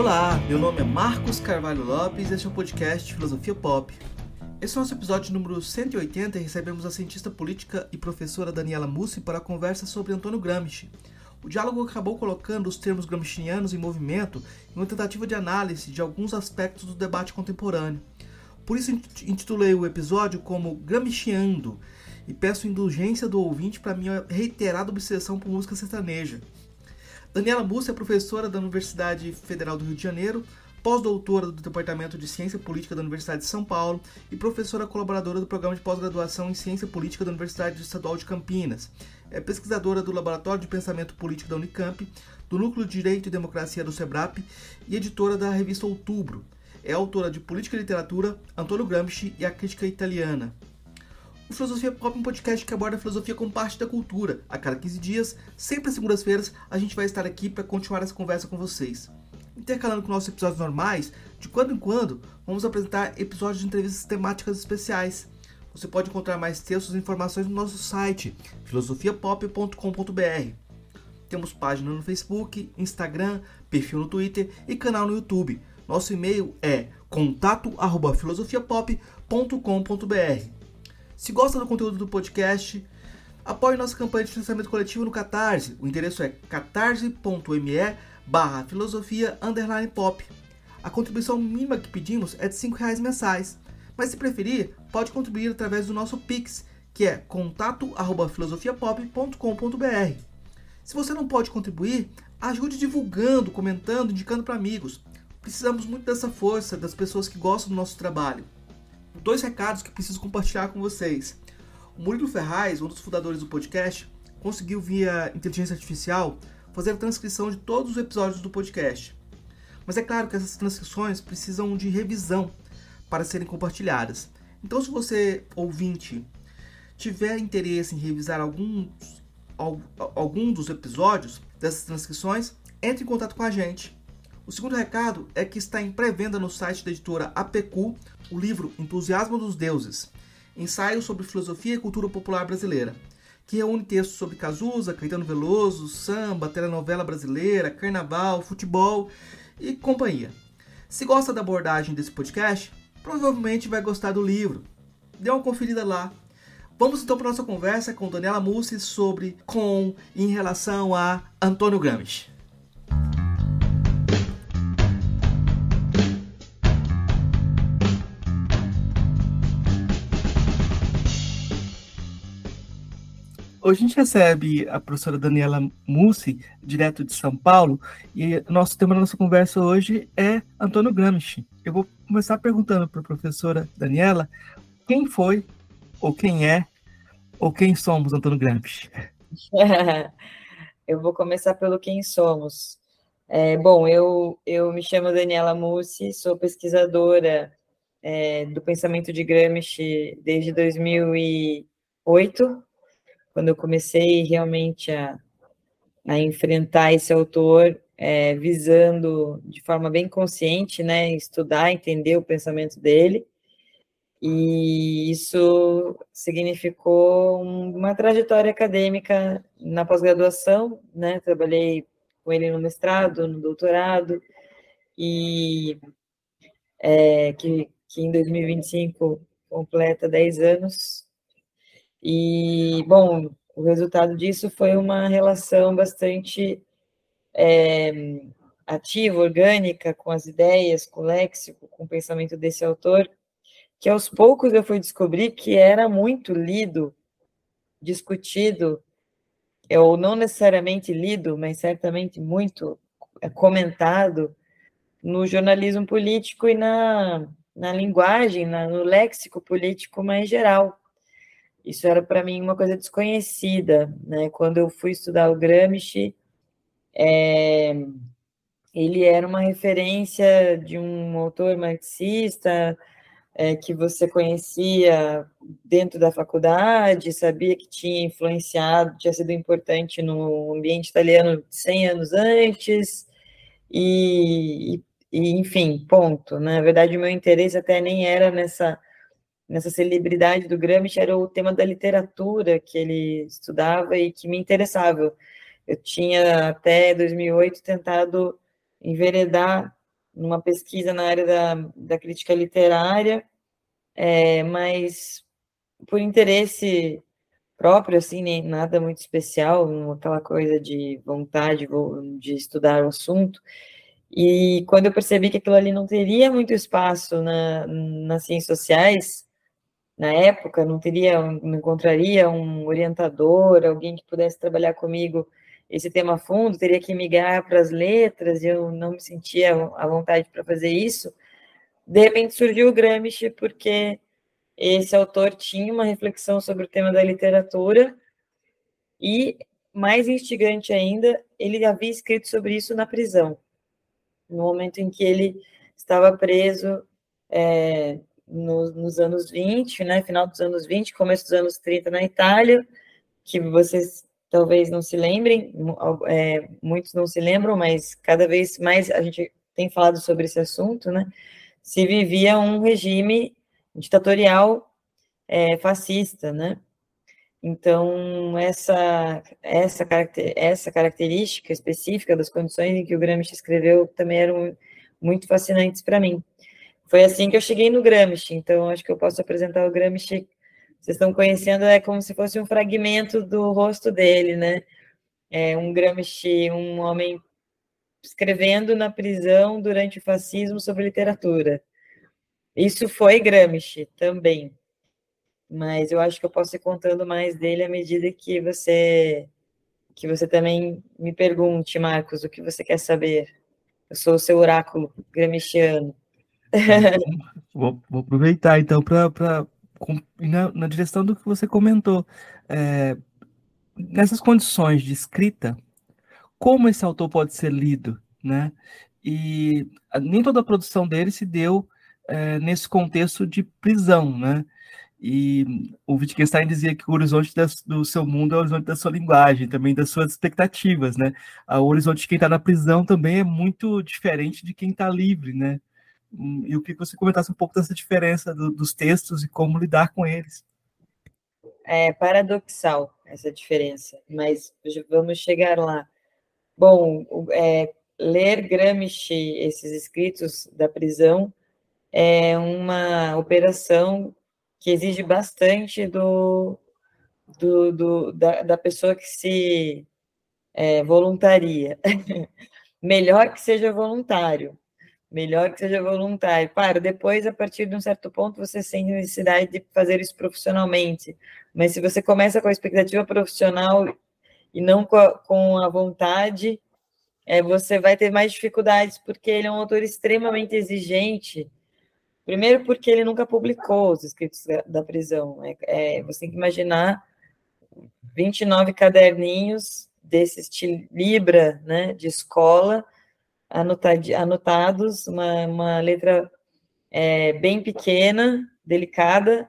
Olá, meu nome é Marcos Carvalho Lopes e este é o podcast Filosofia Pop. Esse é o nosso episódio número 180 e recebemos a cientista política e professora Daniela Mussi para a conversa sobre Antônio Gramsci. O diálogo acabou colocando os termos gramscianos em movimento em uma tentativa de análise de alguns aspectos do debate contemporâneo. Por isso intitulei o episódio como Gramsciando e peço indulgência do ouvinte para minha reiterada obsessão por música sertaneja. Daniela Mussi é professora da Universidade Federal do Rio de Janeiro, pós-doutora do Departamento de Ciência Política da Universidade de São Paulo e professora colaboradora do Programa de Pós-Graduação em Ciência Política da Universidade Estadual de Campinas. É pesquisadora do Laboratório de Pensamento Político da Unicamp, do Núcleo de Direito e Democracia do SEBRAP e editora da revista Outubro. É autora de Política e Literatura, Antônio Gramsci e a Crítica Italiana. O Filosofia Pop é um podcast que aborda a filosofia como parte da cultura. A cada 15 dias, sempre às segundas-feiras, a gente vai estar aqui para continuar essa conversa com vocês. Intercalando com nossos episódios normais, de quando em quando, vamos apresentar episódios de entrevistas temáticas especiais. Você pode encontrar mais textos e informações no nosso site, filosofiapop.com.br. Temos página no Facebook, Instagram, perfil no Twitter e canal no YouTube. Nosso e-mail é contato@filosofiapop.com.br. Se gosta do conteúdo do podcast, apoie nossa campanha de financiamento coletivo no Catarse. O endereço é catarse.me/filosofia_pop. A contribuição mínima que pedimos é de R$ 5 mensais, mas se preferir, pode contribuir através do nosso Pix, que é contato@filosofiapop.com.br. Se você não pode contribuir, ajude divulgando, comentando, indicando para amigos. Precisamos muito dessa força das pessoas que gostam do nosso trabalho. 2 recados que preciso compartilhar com vocês. O Murilo Ferraz, um dos fundadores do podcast, conseguiu via inteligência artificial fazer a transcrição de todos os episódios do podcast. Mas é claro que essas transcrições precisam de revisão para serem compartilhadas. Então, se você, ouvinte, tiver interesse em revisar algum dos episódios dessas transcrições, entre em contato com a gente. O segundo recado é que está em pré-venda no site da editora APQ o livro Entusiasmo dos Deuses, ensaio sobre filosofia e cultura popular brasileira, que reúne textos sobre Cazuza, Caetano Veloso, samba, telenovela brasileira, carnaval, futebol e companhia. Se gosta da abordagem desse podcast, provavelmente vai gostar do livro. Dê uma conferida lá. Vamos então para a nossa conversa com Daniela Mussi em relação a Antônio Gramsci. Hoje a gente recebe a professora Daniela Mussi, direto de São Paulo, e nosso tema da nossa conversa hoje é Antônio Gramsci. Eu vou começar perguntando para a professora Daniela quem foi, ou quem é, ou quem somos Antônio Gramsci. Eu vou começar pelo quem somos. Bom, eu me chamo Daniela Mussi, sou pesquisadora do pensamento de Gramsci desde 2008, quando eu comecei realmente a enfrentar esse autor, visando de forma bem consciente, né, estudar, entender o pensamento dele, e isso significou uma trajetória acadêmica na pós-graduação, né, trabalhei com ele no mestrado, no doutorado, e que em 2025 completa 10 anos. E, bom, o resultado disso foi uma relação bastante ativa, orgânica, com as ideias, com o léxico, com o pensamento desse autor, que aos poucos eu fui descobrir que era muito lido, discutido, ou não necessariamente lido, mas certamente muito comentado no jornalismo político e na linguagem, no léxico político mais geral. Isso era para mim uma coisa desconhecida, né? Quando eu fui estudar o Gramsci, ele era uma referência de um autor marxista que você conhecia dentro da faculdade, sabia que tinha influenciado, tinha sido importante no ambiente italiano 100 anos antes, enfim, ponto. Na verdade, o meu interesse até nem era nessa celebridade do Gramsci, era o tema da literatura que ele estudava e que me interessava. Eu tinha, até 2008, tentado enveredar numa pesquisa na área da crítica literária, mas por interesse próprio, assim, nem nada muito especial, aquela coisa de vontade de estudar o assunto. E quando eu percebi que aquilo ali não teria muito espaço nas ciências sociais, na época, não encontraria um orientador, alguém que pudesse trabalhar comigo esse tema a fundo, teria que migrar para as letras, e eu não me sentia à vontade para fazer isso. De repente surgiu o Gramsci, porque esse autor tinha uma reflexão sobre o tema da literatura, e, mais instigante ainda, ele havia escrito sobre isso na prisão, no momento em que ele estava preso nos anos 20, né, final dos anos 20, começo dos anos 30 na Itália, que vocês talvez não se lembrem, muitos não se lembram, mas cada vez mais a gente tem falado sobre esse assunto, né? Se vivia um regime ditatorial fascista, né? Então, essa característica específica das condições em que o Gramsci escreveu também eram muito fascinantes para mim. Foi assim que eu cheguei no Gramsci, então acho que eu posso apresentar o Gramsci. Vocês estão conhecendo, é como se fosse um fragmento do rosto dele, né? Um Gramsci, um homem escrevendo na prisão durante o fascismo sobre literatura. Isso foi Gramsci também, mas eu acho que eu posso ir contando mais dele à medida que você também me pergunte, Marcos, o que você quer saber. Eu sou o seu oráculo gramsciano. Vou aproveitar então para ir na direção do que você comentou. Nessas condições de escrita, como esse autor pode ser lido, né? E nem toda a produção dele se deu nesse contexto de prisão, né? E o Wittgenstein dizia que o horizonte do seu mundo é o horizonte da sua linguagem, também das suas expectativas, né? O horizonte de quem está na prisão também é muito diferente de quem está livre, né? E eu queria que você comentasse um pouco dessa diferença dos textos e como lidar com eles. É paradoxal essa diferença, mas vamos chegar lá. Bom, ler Gramsci, esses escritos da prisão, é uma operação que exige bastante da pessoa que se voluntaria. Melhor que seja voluntário. Melhor que seja voluntário. Claro, depois, a partir de um certo ponto, você sente necessidade de fazer isso profissionalmente. Mas se você começa com a expectativa profissional e não com a vontade, você vai ter mais dificuldades, porque ele é um autor extremamente exigente. Primeiro, porque ele nunca publicou os escritos da prisão. Você tem que imaginar 29 caderninhos desses Libra, né, de escola, anotados, uma letra bem pequena, delicada,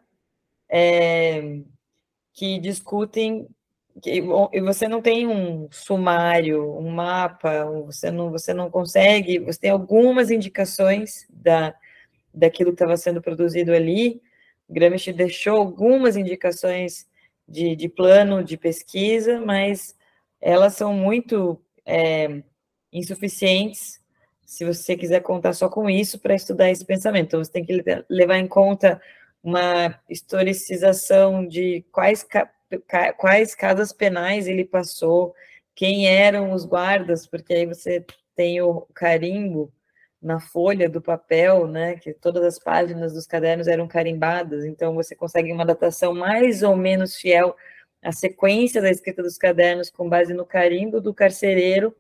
que discutem, e você não tem um sumário, um mapa, você não consegue, você tem algumas indicações daquilo que estava sendo produzido ali. Gramsci deixou algumas indicações de plano de pesquisa, mas elas são muito insuficientes se você quiser contar só com isso para estudar esse pensamento. Então, você tem que levar em conta uma historicização de quais casas penais ele passou, quem eram os guardas, porque aí você tem o carimbo na folha do papel, né, que todas as páginas dos cadernos eram carimbadas, então você consegue uma datação mais ou menos fiel à sequência da escrita dos cadernos com base no carimbo do carcereiro.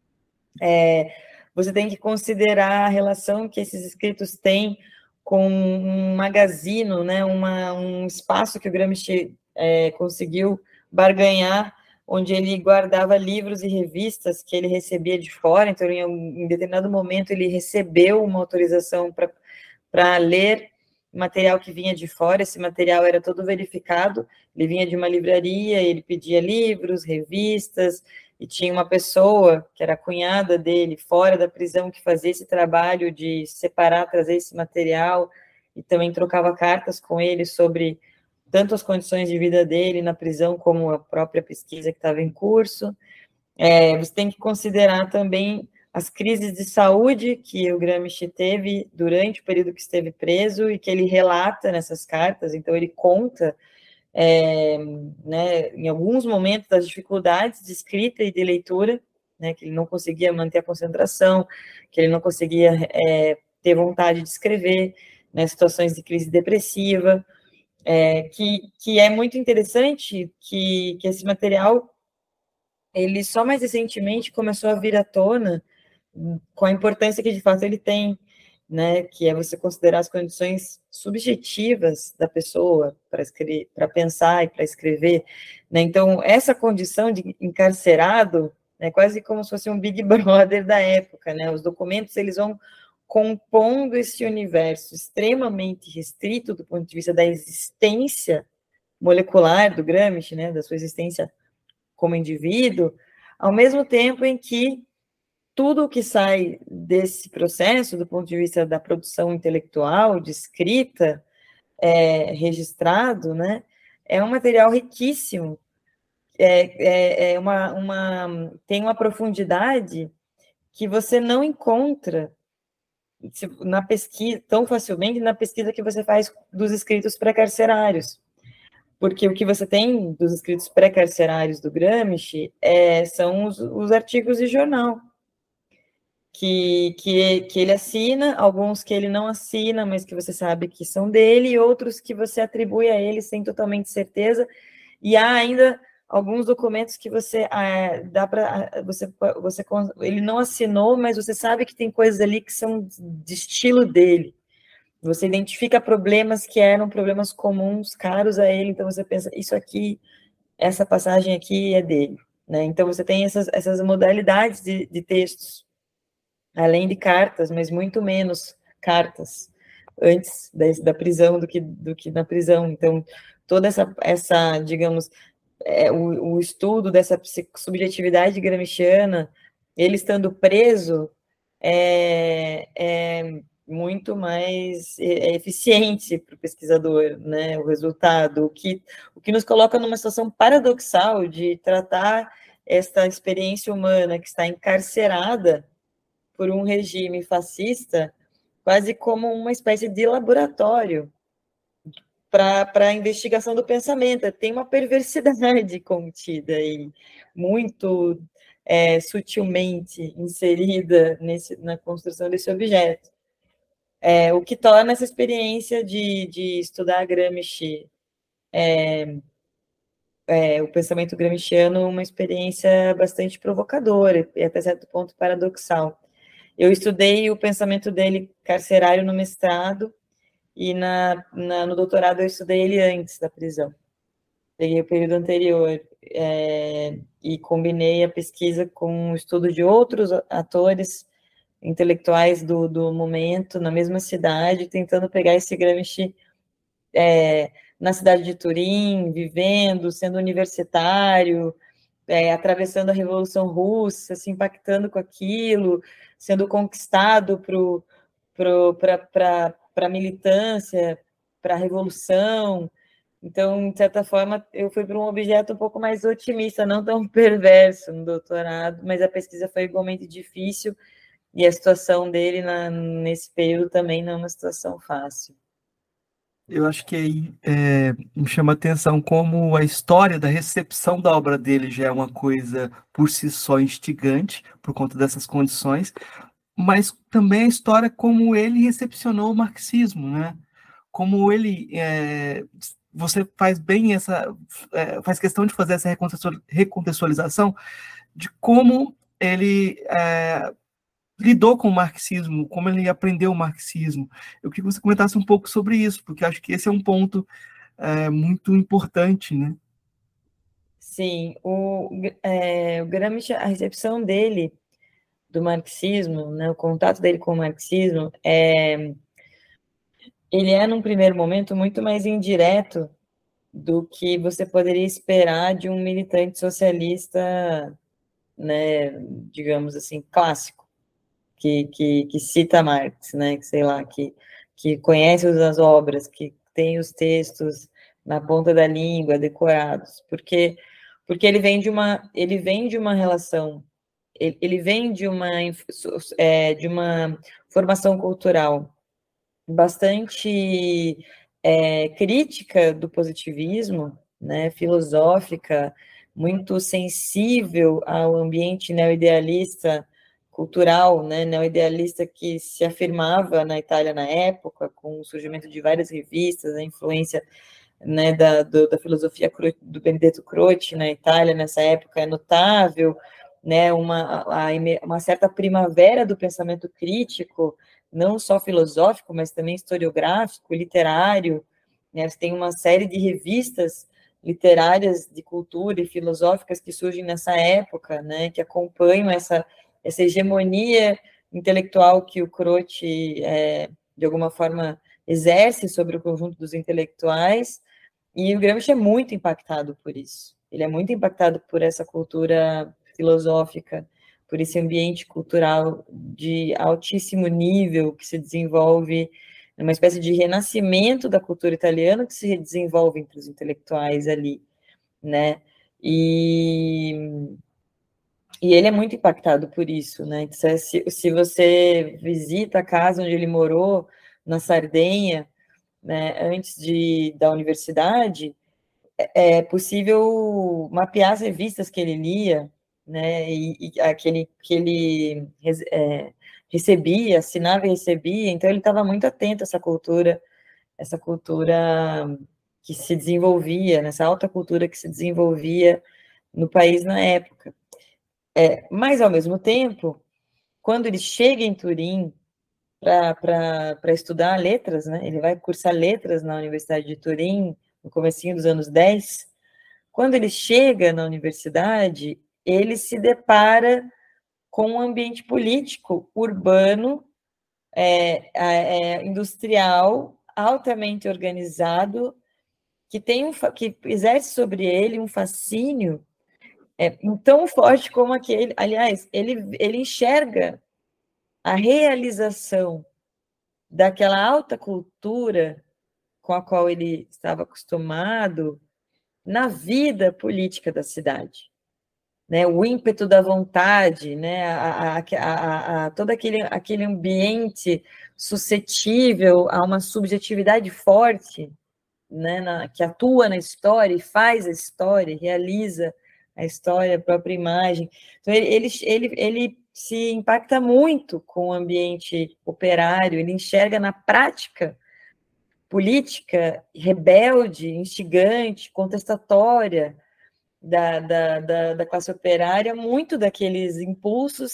Você tem que considerar a relação que esses escritos têm com um magazino, né, um espaço que o Gramsci conseguiu barganhar, onde ele guardava livros e revistas que ele recebia de fora. Então, em determinado momento, ele recebeu uma autorização para ler material que vinha de fora. Esse material era todo verificado, ele vinha de uma livraria, ele pedia livros, revistas, e tinha uma pessoa, que era a cunhada dele, fora da prisão, que fazia esse trabalho de separar, trazer esse material, e também trocava cartas com ele sobre tanto as condições de vida dele na prisão, como a própria pesquisa que estava em curso. Você tem que considerar também as crises de saúde que o Gramsci teve durante o período que esteve preso e que ele relata nessas cartas. Então, ele conta, né, em alguns momentos, das dificuldades de escrita e de leitura, né, que ele não conseguia manter a concentração, que ele não conseguia ter vontade de escrever, né, situações de crise depressiva, que é muito interessante que esse material, ele só mais recentemente começou a vir à tona com a importância que de fato ele tem, né, que é você considerar as condições subjetivas da pessoa para pensar e para escrever, né? Então, essa condição de encarcerado é quase como se fosse um Big Brother da época, né? Os documentos, eles vão compondo esse universo extremamente restrito do ponto de vista da existência molecular do Gramsci, né, da sua existência como indivíduo, ao mesmo tempo em que tudo o que sai desse processo, do ponto de vista da produção intelectual, de escrita, registrado, né, é um material riquíssimo, tem uma profundidade que você não encontra na pesquisa tão facilmente na pesquisa que você faz dos escritos pré-carcerários. Porque o que você tem dos escritos pré-carcerários do Gramsci são os artigos de jornal, que ele assina, alguns que ele não assina, mas que você sabe que são dele, e outros que você atribui a ele sem totalmente certeza, e há ainda alguns documentos que você dá para ele não assinou, mas você sabe que tem coisas ali que são de estilo dele. Você identifica problemas que eram problemas comuns, caros a ele, então você pensa, isso aqui, essa passagem aqui é dele, né? Então você tem essas modalidades de textos, além de cartas, mas muito menos cartas antes da prisão do que na prisão. Então, toda essa digamos, o estudo dessa subjetividade gramsciana, ele estando preso, é muito mais eficiente para o pesquisador, né, o resultado, o que nos coloca numa situação paradoxal de tratar esta experiência humana que está encarcerada por um regime fascista quase como uma espécie de laboratório para a investigação do pensamento. Tem uma perversidade contida aí, muito sutilmente inserida na construção desse objeto. O que torna essa experiência de estudar Gramsci, o pensamento gramsciano, uma experiência bastante provocadora e até certo ponto paradoxal. Eu estudei o pensamento dele carcerário no mestrado e no doutorado eu estudei ele antes da prisão. Peguei o período anterior e combinei a pesquisa com o estudo de outros atores intelectuais do momento, na mesma cidade, tentando pegar esse Gramsci na cidade de Turim, vivendo, sendo universitário, atravessando a Revolução Russa, se impactando com aquilo, sendo conquistado para a militância, para a revolução. Então, de certa forma, eu fui para um objeto um pouco mais otimista, não tão perverso no doutorado, mas a pesquisa foi igualmente difícil e a situação dele nesse período também não é uma situação fácil. Eu acho que aí me chama a atenção como a história da recepção da obra dele já é uma coisa por si só instigante, por conta dessas condições, mas também a história como ele recepcionou o marxismo, né? Como ele... você faz bem faz questão de fazer essa recontextualização de como ele lidou com o marxismo, como ele aprendeu o marxismo. Eu queria que você comentasse um pouco sobre isso, porque acho que esse é um ponto muito importante, né? Sim, o Gramsci, a recepção dele do marxismo, né, o contato dele com o marxismo, ele num primeiro momento, muito mais indireto do que você poderia esperar de um militante socialista, né, digamos assim, clássico, que cita Marx, né, que sei lá, que conhece as obras, que tem os textos na ponta da língua, decorados, porque ele vem de uma relação ele vem de uma formação cultural bastante crítica do positivismo, né, filosófica, muito sensível ao ambiente neoidealista cultural, né, neoidealista que se afirmava na Itália na época, com o surgimento de várias revistas, a influência, né, da filosofia do Benedetto Croce na Itália nessa época é notável, né, uma certa primavera do pensamento crítico, não só filosófico, mas também historiográfico, literário, né, você tem uma série de revistas literárias de cultura e filosóficas que surgem nessa época, né, que acompanham essa hegemonia intelectual que o Croce, de alguma forma, exerce sobre o conjunto dos intelectuais, e o Gramsci é muito impactado por isso. Ele é muito impactado por essa cultura filosófica, por esse ambiente cultural de altíssimo nível que se desenvolve, uma espécie de renascimento da cultura italiana que se desenvolve entre os intelectuais ali, né? E ele é muito impactado por isso, né? Se você visita a casa onde ele morou, na Sardenha, né, antes da universidade, é possível mapear as revistas que ele lia, né, e aquele que ele recebia, assinava e recebia, então ele estava muito atento a essa cultura que se desenvolvia, nessa alta cultura que se desenvolvia no país na época. Mas, ao mesmo tempo, quando ele chega em Turim para estudar letras, né, ele vai cursar letras na Universidade de Turim, no comecinho dos anos 10, quando ele chega na universidade, ele se depara com um ambiente político, urbano, industrial, altamente organizado, que que exerce sobre ele um fascínio tão forte como aquele. Aliás, ele enxerga a realização daquela alta cultura com a qual ele estava acostumado na vida política da cidade, né? O ímpeto da vontade, né? Todo aquele ambiente suscetível a uma subjetividade forte, né? Que atua na história e faz a história, realiza a história, a própria imagem. Então, ele se impacta muito com o ambiente operário, ele enxerga na prática política rebelde, instigante, contestatória da classe operária, muito daqueles impulsos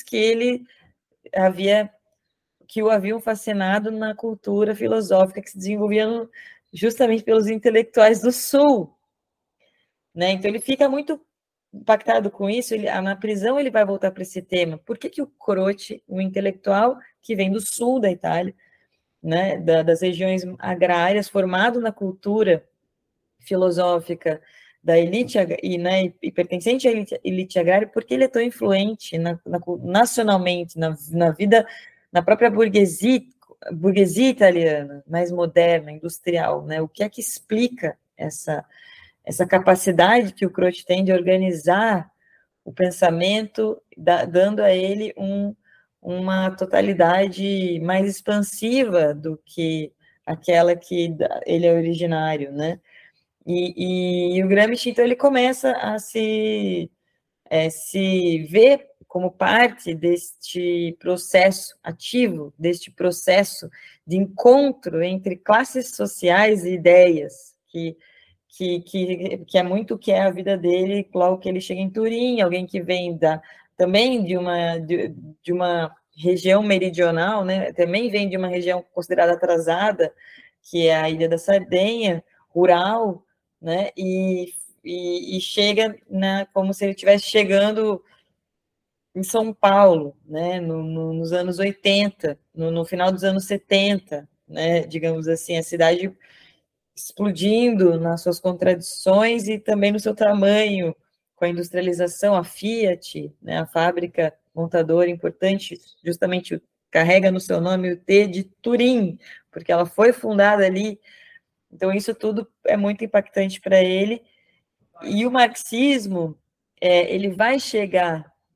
que o haviam fascinado na cultura filosófica que se desenvolvia justamente pelos intelectuais do Sul, né? Então ele fica muito impactado com isso. Na prisão ele vai voltar para esse tema. Por que o Croce, um intelectual que vem do Sul da Itália, né, das regiões agrárias, formado na cultura filosófica da elite e pertencente à elite agrária, porque ele é tão influente nacionalmente, na vida, na própria burguesia italiana, mais moderna, industrial, né? O que é que explica essa capacidade que o Croce tem de organizar o pensamento, dando a ele uma totalidade mais expansiva do que aquela que ele é originário, né? E o Gramsci, então, ele começa a se ver como parte deste processo ativo, deste processo de encontro entre classes sociais e ideias, que é muito o que é a vida dele logo que ele chega em Turim, alguém que vem também de uma região meridional, né? Também vem de uma região considerada atrasada, que é a Ilha da Sardenha, rural, né? E chega como se ele estivesse chegando em São Paulo, né? Nos anos 80, no final dos anos 70, né? Digamos assim, a cidade explodindo nas suas contradições e também no seu tamanho, com a industrialização, a Fiat, né? A fábrica montadora importante, justamente carrega no seu nome o T de Turim, porque ela foi fundada ali. Então, isso tudo é muito impactante para ele. E o marxismo, ele vai chegar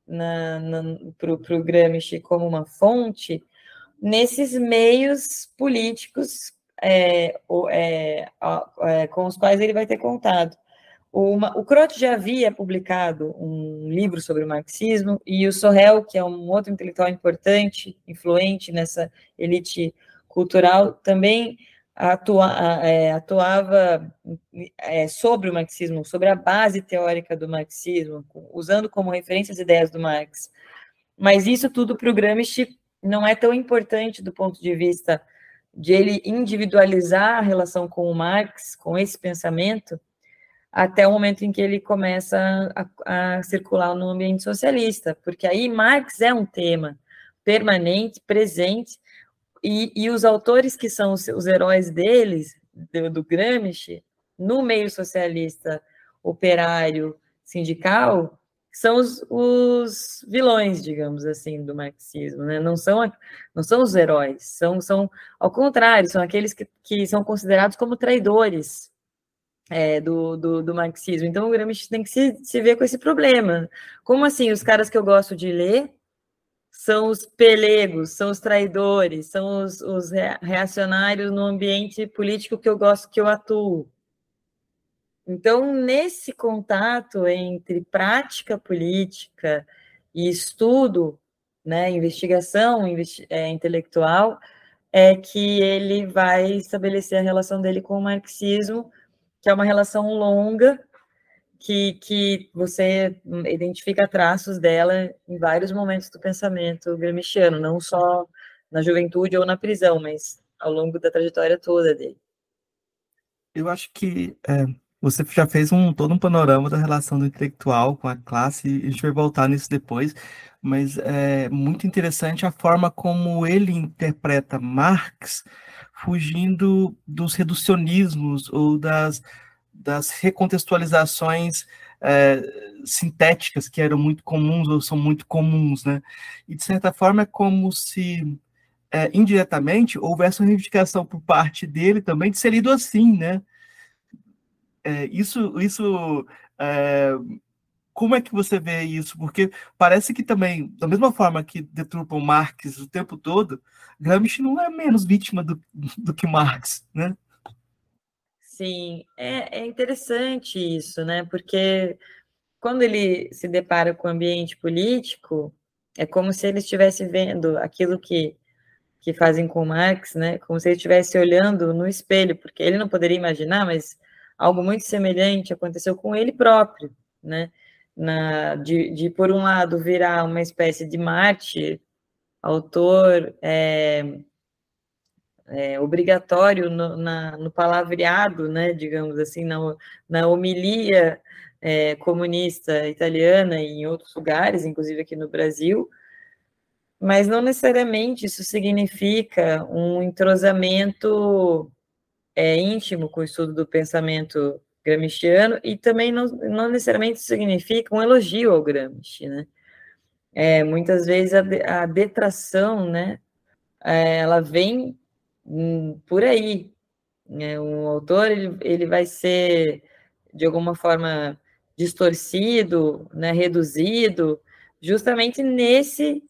para o Gramsci como uma fonte nesses meios políticos com os quais ele vai ter contato. O Croce já havia publicado um livro sobre o marxismo, e o Sorrell, que é um outro intelectual importante, influente nessa elite cultural, também atuava sobre o marxismo, sobre a base teórica do marxismo, usando como referência as ideias do Marx. Mas isso tudo para o Gramsci não é tão importante do ponto de vista de ele individualizar a relação com o Marx, com esse pensamento, até o momento em que ele começa a circular no ambiente socialista, porque aí Marx é um tema permanente, presente, e os autores que são os heróis deles, do Gramsci, no meio socialista, operário, sindical, são os vilões, digamos assim, do marxismo, né? Não são os heróis, são ao contrário, são aqueles que são considerados como traidores do marxismo. Então, o Gramsci tem que se ver com esse problema. Como assim? Os caras que eu gosto de ler são os pelegos, são os traidores, são os reacionários no ambiente político que eu gosto, que eu atuo. Então, nesse contato entre prática política e estudo, né, investigação intelectual, é que ele vai estabelecer a relação dele com o marxismo, que é uma relação longa, que você identifica traços dela em vários momentos do pensamento gramsciano, não só na juventude ou na prisão, mas ao longo da trajetória toda dele. Eu acho que você já fez todo um panorama da relação do intelectual com a classe, e a gente vai voltar nisso depois, mas é muito interessante a forma como ele interpreta Marx, fugindo dos reducionismos ou das recontextualizações sintéticas que eram muito comuns ou são muito comuns, né? E, de certa forma, é como se indiretamente houvesse uma reivindicação por parte dele também de ser lido assim, né? Como é que você vê isso? Porque parece que também, da mesma forma que deturpam Marx o tempo todo, Gramsci não é menos vítima do que Marx, né? Sim, é interessante isso, né? Porque quando ele se depara com o ambiente político, é como se ele estivesse vendo aquilo que fazem com Marx, né? Como se ele estivesse olhando no espelho, porque ele não poderia imaginar, mas algo muito semelhante aconteceu com ele próprio, né? De por um lado, virar uma espécie de mártir, autor obrigatório no palavreado, né? Digamos assim, na homilia comunista italiana e em outros lugares, inclusive aqui no Brasil, mas não necessariamente isso significa um entrosamento íntimo com o estudo do pensamento gramsciano, e também não necessariamente isso significa um elogio ao Gramsci, né? Muitas vezes a detração, né, ela vem por aí, né? Um autor ele vai ser, de alguma forma, distorcido, né, reduzido, justamente nesse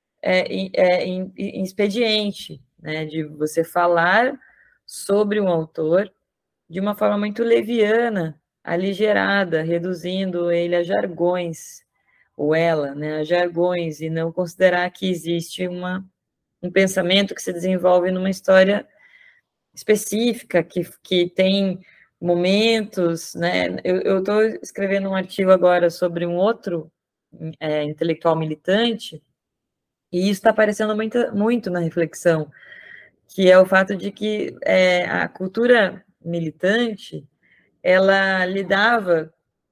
em expediente, né, de você falar sobre um autor de uma forma muito leviana, aligerada, reduzindo ele a jargões, ou ela, né, a jargões, e não considerar que existe um pensamento que se desenvolve numa história específica, que tem momentos, né? Eu estou escrevendo um artigo agora sobre um outro intelectual militante, e isso está aparecendo muito na reflexão, que é o fato de que a cultura militante, ela lidava,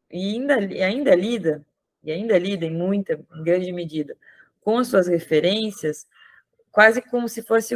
e ainda lida em grande medida, com as suas referências, quase como se fosse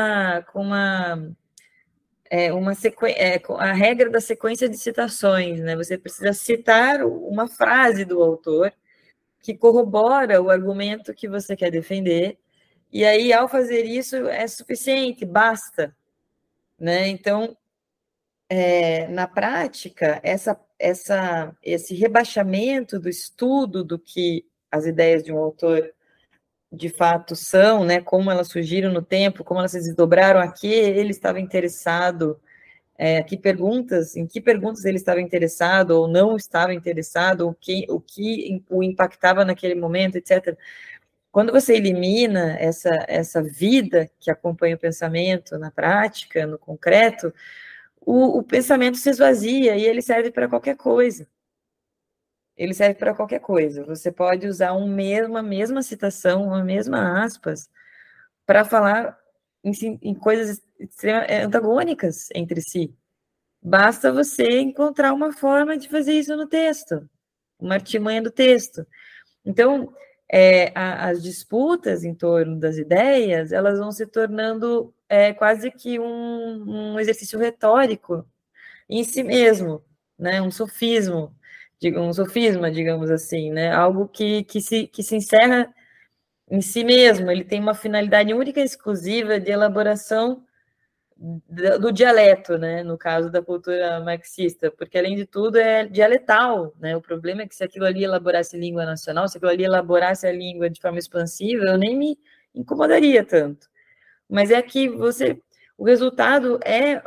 a regra da sequência de citações, né? Você precisa citar uma frase do autor que corrobora o argumento que você quer defender, e aí, ao fazer isso, é suficiente, basta, né? Então, na prática, esse rebaixamento do estudo do que as ideias de um autor de fato são, né, como elas surgiram no tempo, como elas se desdobraram, a que ele estava interessado, em que perguntas ele estava interessado ou não estava interessado, o que o impactava naquele momento, etc. Quando você elimina essa vida que acompanha o pensamento na prática, no concreto, o pensamento se esvazia e ele serve para qualquer coisa. Ele serve para qualquer coisa. Você pode usar a mesma citação, uma mesma aspas, para falar em coisas antagônicas entre si. Basta você encontrar uma forma de fazer isso no texto, uma artimanha do texto. Então, as disputas em torno das ideias, elas vão se tornando quase que um exercício retórico em si mesmo, né? Um sofisma, digamos assim, né? Algo que se encerra em si mesmo. Ele tem uma finalidade única e exclusiva de elaboração do dialeto, né, no caso da cultura marxista, porque além de tudo é dialetal, né? O problema é que se aquilo ali elaborasse língua nacional, se aquilo ali elaborasse a língua de forma expansiva, eu nem me incomodaria tanto. Mas é que o resultado é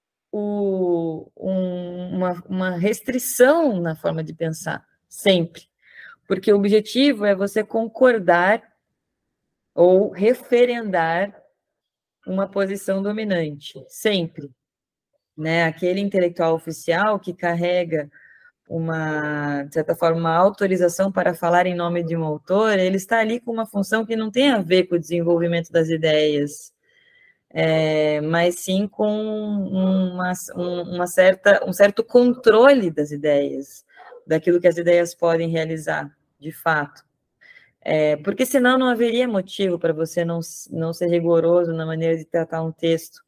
uma restrição na forma de pensar, sempre, porque o objetivo é você concordar ou referendar uma posição dominante, sempre. Né? Aquele intelectual oficial que carrega de certa forma, uma autorização para falar em nome de um autor, ele está ali com uma função que não tem a ver com o desenvolvimento das ideias, mas sim com um certo controle das ideias, daquilo que as ideias podem realizar, de fato. Porque senão não haveria motivo para você não ser rigoroso na maneira de tratar um texto.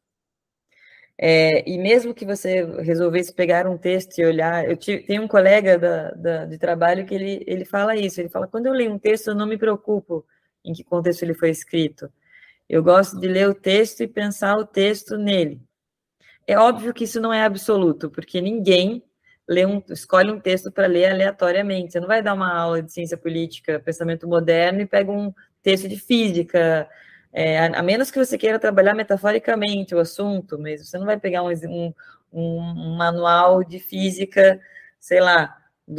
E mesmo que você resolvesse pegar um texto e olhar, tenho um colega de trabalho que ele fala isso, ele fala, quando eu leio um texto, eu não me preocupo em que contexto ele foi escrito. Eu gosto de ler o texto e pensar o texto nele. É óbvio que isso não é absoluto, porque ninguém escolhe um texto para ler aleatoriamente. Você não vai dar uma aula de ciência política, pensamento moderno, e pega um texto de física, a menos que você queira trabalhar metaforicamente o assunto, mas você não vai pegar um manual de física, sei lá,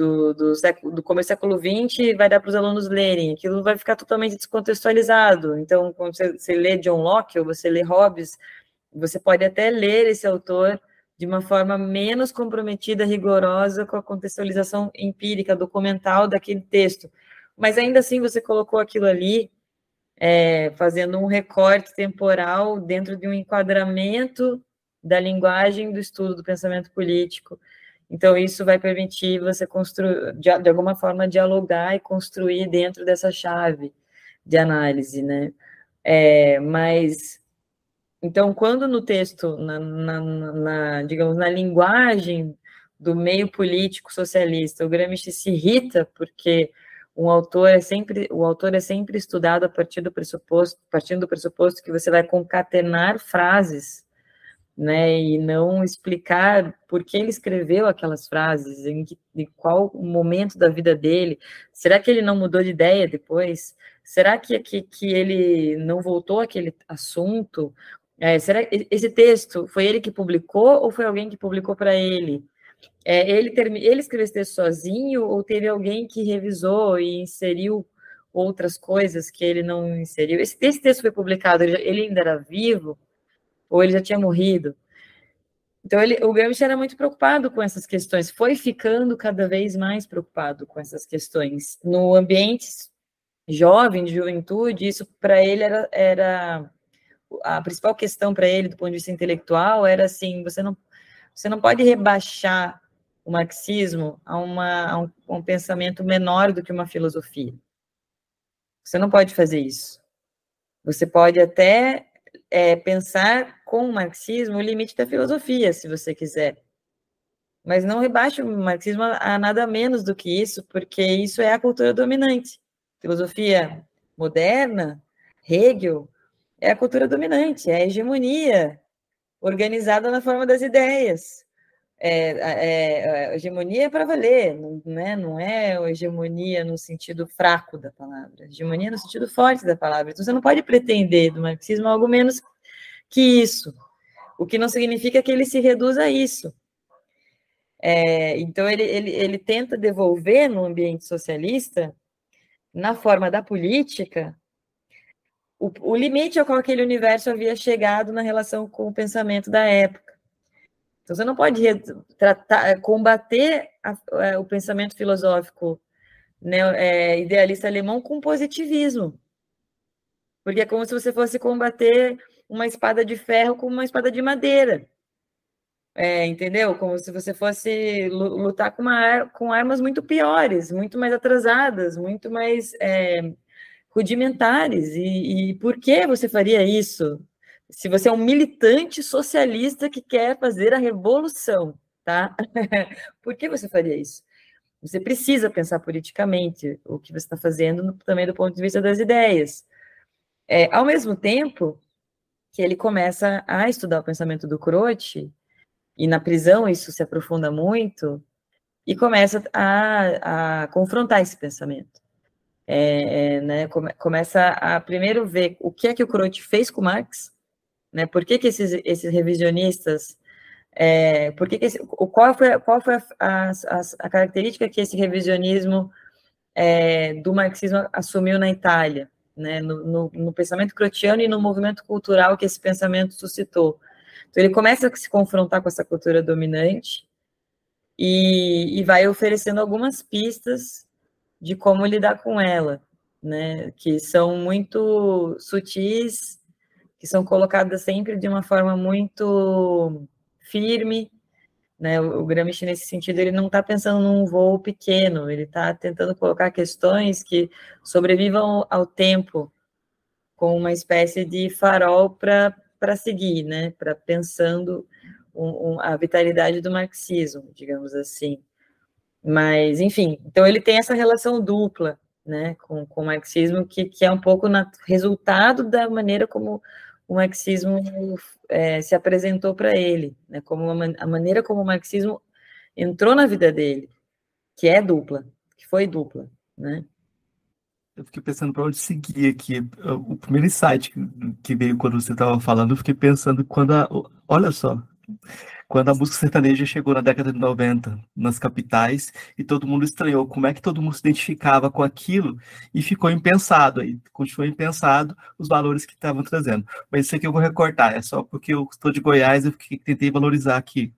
do começo do século XX e vai dar para os alunos lerem. Aquilo vai ficar totalmente descontextualizado. Então, quando você lê John Locke ou você lê Hobbes, você pode até ler esse autor de uma forma menos comprometida, rigorosa com a contextualização empírica, documental daquele texto. Mas ainda assim você colocou aquilo ali, fazendo um recorte temporal dentro de um enquadramento da linguagem do estudo do pensamento político. Então, isso vai permitir você construir, de alguma forma, dialogar e construir dentro dessa chave de análise, né? Mas então, quando no texto, digamos, na linguagem do meio político socialista, o Gramsci se irrita porque o autor é sempre estudado partindo do pressuposto que você vai concatenar frases, né, e não explicar por que ele escreveu aquelas frases, em qual momento da vida dele. Será que ele não mudou de ideia depois? Será que ele não voltou àquele assunto? Será que esse texto foi ele que publicou ou foi alguém que publicou para ele? Ele escreveu esse texto sozinho ou teve alguém que revisou e inseriu outras coisas que ele não inseriu? Esse texto foi publicado, ele ainda era vivo ou ele já tinha morrido? Então, o Gramsci era muito preocupado com essas questões, foi ficando cada vez mais preocupado com essas questões. No ambiente jovem, de juventude, isso para ele era a principal questão para ele, do ponto de vista intelectual, era assim, você não pode rebaixar o marxismo a um pensamento menor do que uma filosofia. Você não pode fazer isso. Você pode até pensar com o marxismo o limite da filosofia, se você quiser. Mas não rebaixe o marxismo a nada menos do que isso, porque isso é a cultura dominante. Filosofia moderna, Hegel, é a cultura dominante, é a hegemonia organizada na forma das ideias. A hegemonia é para valer, não é a hegemonia no sentido fraco da palavra, a hegemonia no sentido forte da palavra. Então, você não pode pretender do marxismo algo menos que isso, o que não significa que ele se reduz a isso. Então, ele tenta devolver no ambiente socialista, na forma da política, o limite ao qual aquele universo havia chegado na relação com o pensamento da época. Então, você não pode combater o pensamento filosófico, né, idealista alemão com positivismo, porque é como se você fosse combater uma espada de ferro com uma espada de madeira, entendeu? Como se você fosse lutar com armas muito piores, muito mais atrasadas, muito mais rudimentares. E por que você faria isso? Se você é um militante socialista que quer fazer a revolução, tá? Por que você faria isso? Você precisa pensar politicamente o que você está fazendo também do ponto de vista das ideias. Ao mesmo tempo que ele começa a estudar o pensamento do Croce, e na prisão isso se aprofunda muito, e começa a confrontar esse pensamento. Né, começa a primeiro ver o que é que o Croce fez com Marx, né, por que esses revisionistas, qual foi a característica que esse revisionismo do marxismo assumiu na Itália, né, no pensamento crociano e no movimento cultural que esse pensamento suscitou. Então, ele começa a se confrontar com essa cultura dominante e vai oferecendo algumas pistas de como lidar com ela, né, que são muito sutis, que são colocadas sempre de uma forma muito firme, né? O Gramsci, nesse sentido, ele não está pensando num voo pequeno, ele está tentando colocar questões que sobrevivam ao tempo, com uma espécie de farol para seguir, né? Para pensando a vitalidade do marxismo, digamos assim. Mas, enfim, então ele tem essa relação dupla, né, com o marxismo, que é um pouco resultado da maneira como o marxismo se apresentou para ele, né, como a maneira como o marxismo entrou na vida dele, que é dupla, que foi dupla, né. Eu fiquei pensando para onde seguir aqui. O primeiro insight que veio quando você estava falando, eu fiquei pensando olha só, quando a música sertaneja chegou na década de 90 nas capitais, e todo mundo estranhou como é que todo mundo se identificava com aquilo, e ficou impensado aí, continuou impensado os valores que estavam trazendo. Mas isso aqui eu vou recortar, é só porque eu estou de Goiás, eu tentei valorizar aqui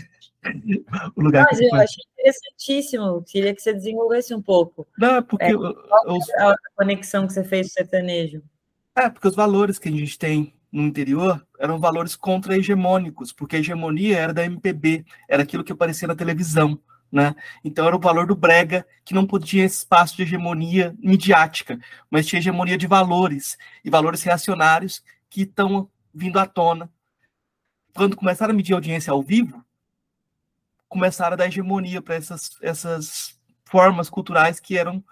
o lugar que eu eu achei interessantíssimo, queria que você desenvolvesse um pouco. Não, é porque a conexão que você fez com o sertanejo? Porque os valores que a gente tem no interior eram valores contra-hegemônicos, porque a hegemonia era da MPB, era aquilo que aparecia na televisão, né? Então era o valor do brega, que não podia espaço de hegemonia midiática, mas tinha hegemonia de valores, e valores reacionários que estão vindo à tona. Quando começaram a medir audiência ao vivo, começaram a dar hegemonia para essas formas culturais que eram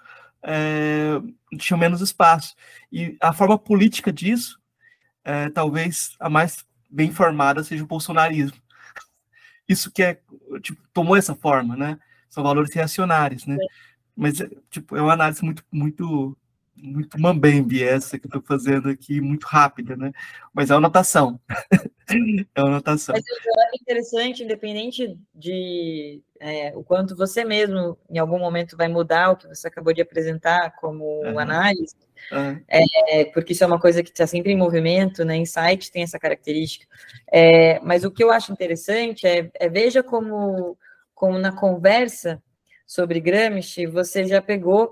tinham menos espaço. E a forma política disso, talvez a mais bem formada seja o bolsonarismo. Isso que tomou essa forma, né? São valores reacionários, né? Mas é uma análise muito mambembe essa que eu estou fazendo aqui, muito rápida, né? Mas é uma anotação. É uma anotação. Mas eu acho interessante, independente de o quanto você mesmo, em algum momento, vai mudar o que você acabou de apresentar como análise, porque isso é uma coisa que está sempre em movimento, né? Insight tem essa característica. Mas o que eu acho interessante veja como na conversa sobre Gramsci, você já pegou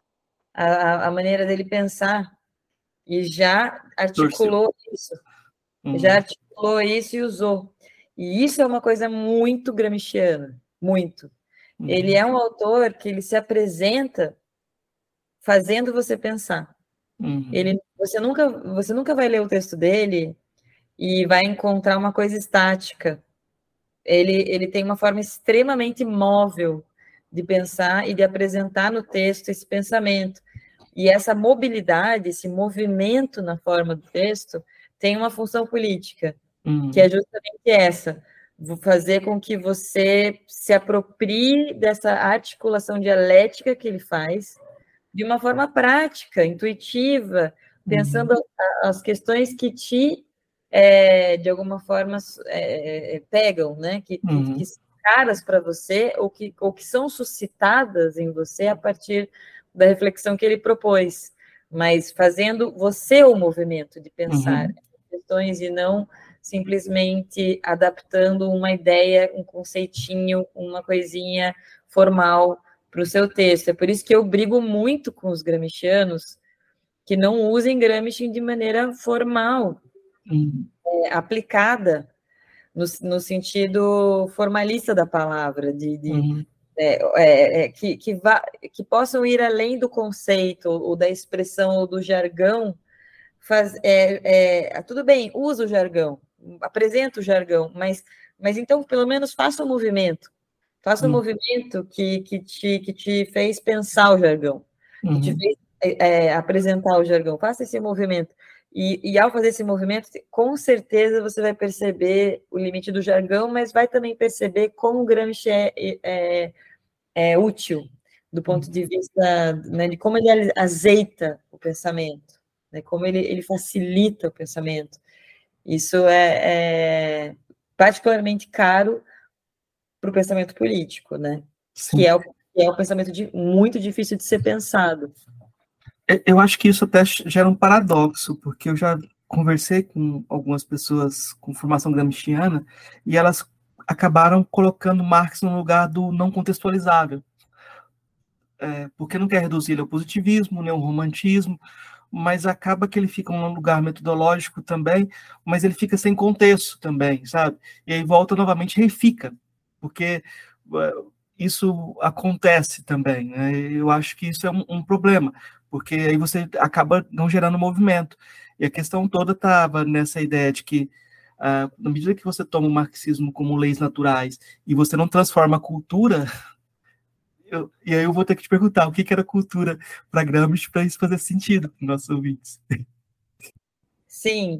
a maneira dele pensar e já articulou isso. Já articulou isso e usou. E isso é uma coisa muito gramsciana, muito. Ele é um autor que ele se apresenta fazendo você pensar. Você nunca vai ler o texto dele e vai encontrar uma coisa estática. Ele tem uma forma extremamente móvel de pensar e de apresentar no texto esse pensamento. E essa mobilidade, esse movimento na forma do texto, tem uma função política, que é justamente essa. fazer com que você se aproprie dessa articulação dialética que ele faz de uma forma prática, intuitiva, pensando as questões que te, de alguma forma, pegam, né? Que são caras para você ou que são suscitadas em você a partir da reflexão que ele propôs, mas fazendo você o movimento de pensar questões e não simplesmente adaptando uma ideia, um conceitinho, uma coisinha formal para o seu texto. É por isso que eu brigo muito com os gramscianos que não usem Gramsci de maneira formal, aplicada, no sentido formalista da palavra, que possam ir além do conceito, ou da expressão, ou do jargão. Tudo bem, usa o jargão, apresenta o jargão, mas então, pelo menos, faça o movimento. Faça um movimento que te fez pensar o jargão, que te fez apresentar o jargão. Faça esse movimento. E ao fazer esse movimento, com certeza você vai perceber o limite do jargão, mas vai também perceber como o Gramsci é útil do ponto de vista, né, de como ele azeita o pensamento, né, como ele facilita o pensamento. Isso é particularmente caro para o pensamento político, né? Que é o pensamento muito difícil de ser pensado. Eu acho que isso até gera um paradoxo, porque eu já conversei com algumas pessoas com formação gramsciana e elas acabaram colocando Marx no lugar do não contextualizável, porque não quer reduzir ele ao positivismo, nem ao romantismo, mas acaba que ele fica num lugar metodológico também, mas ele fica sem contexto também, sabe? E aí volta novamente, reifica, porque isso acontece também, né? Eu acho que isso é um problema, porque aí você acaba não gerando movimento. E a questão toda estava nessa ideia de que, na medida que você toma o marxismo como leis naturais e você não transforma a cultura, e aí eu vou ter que te perguntar o que era cultura para Gramsci para isso fazer sentido para os nossos ouvintes. Sim.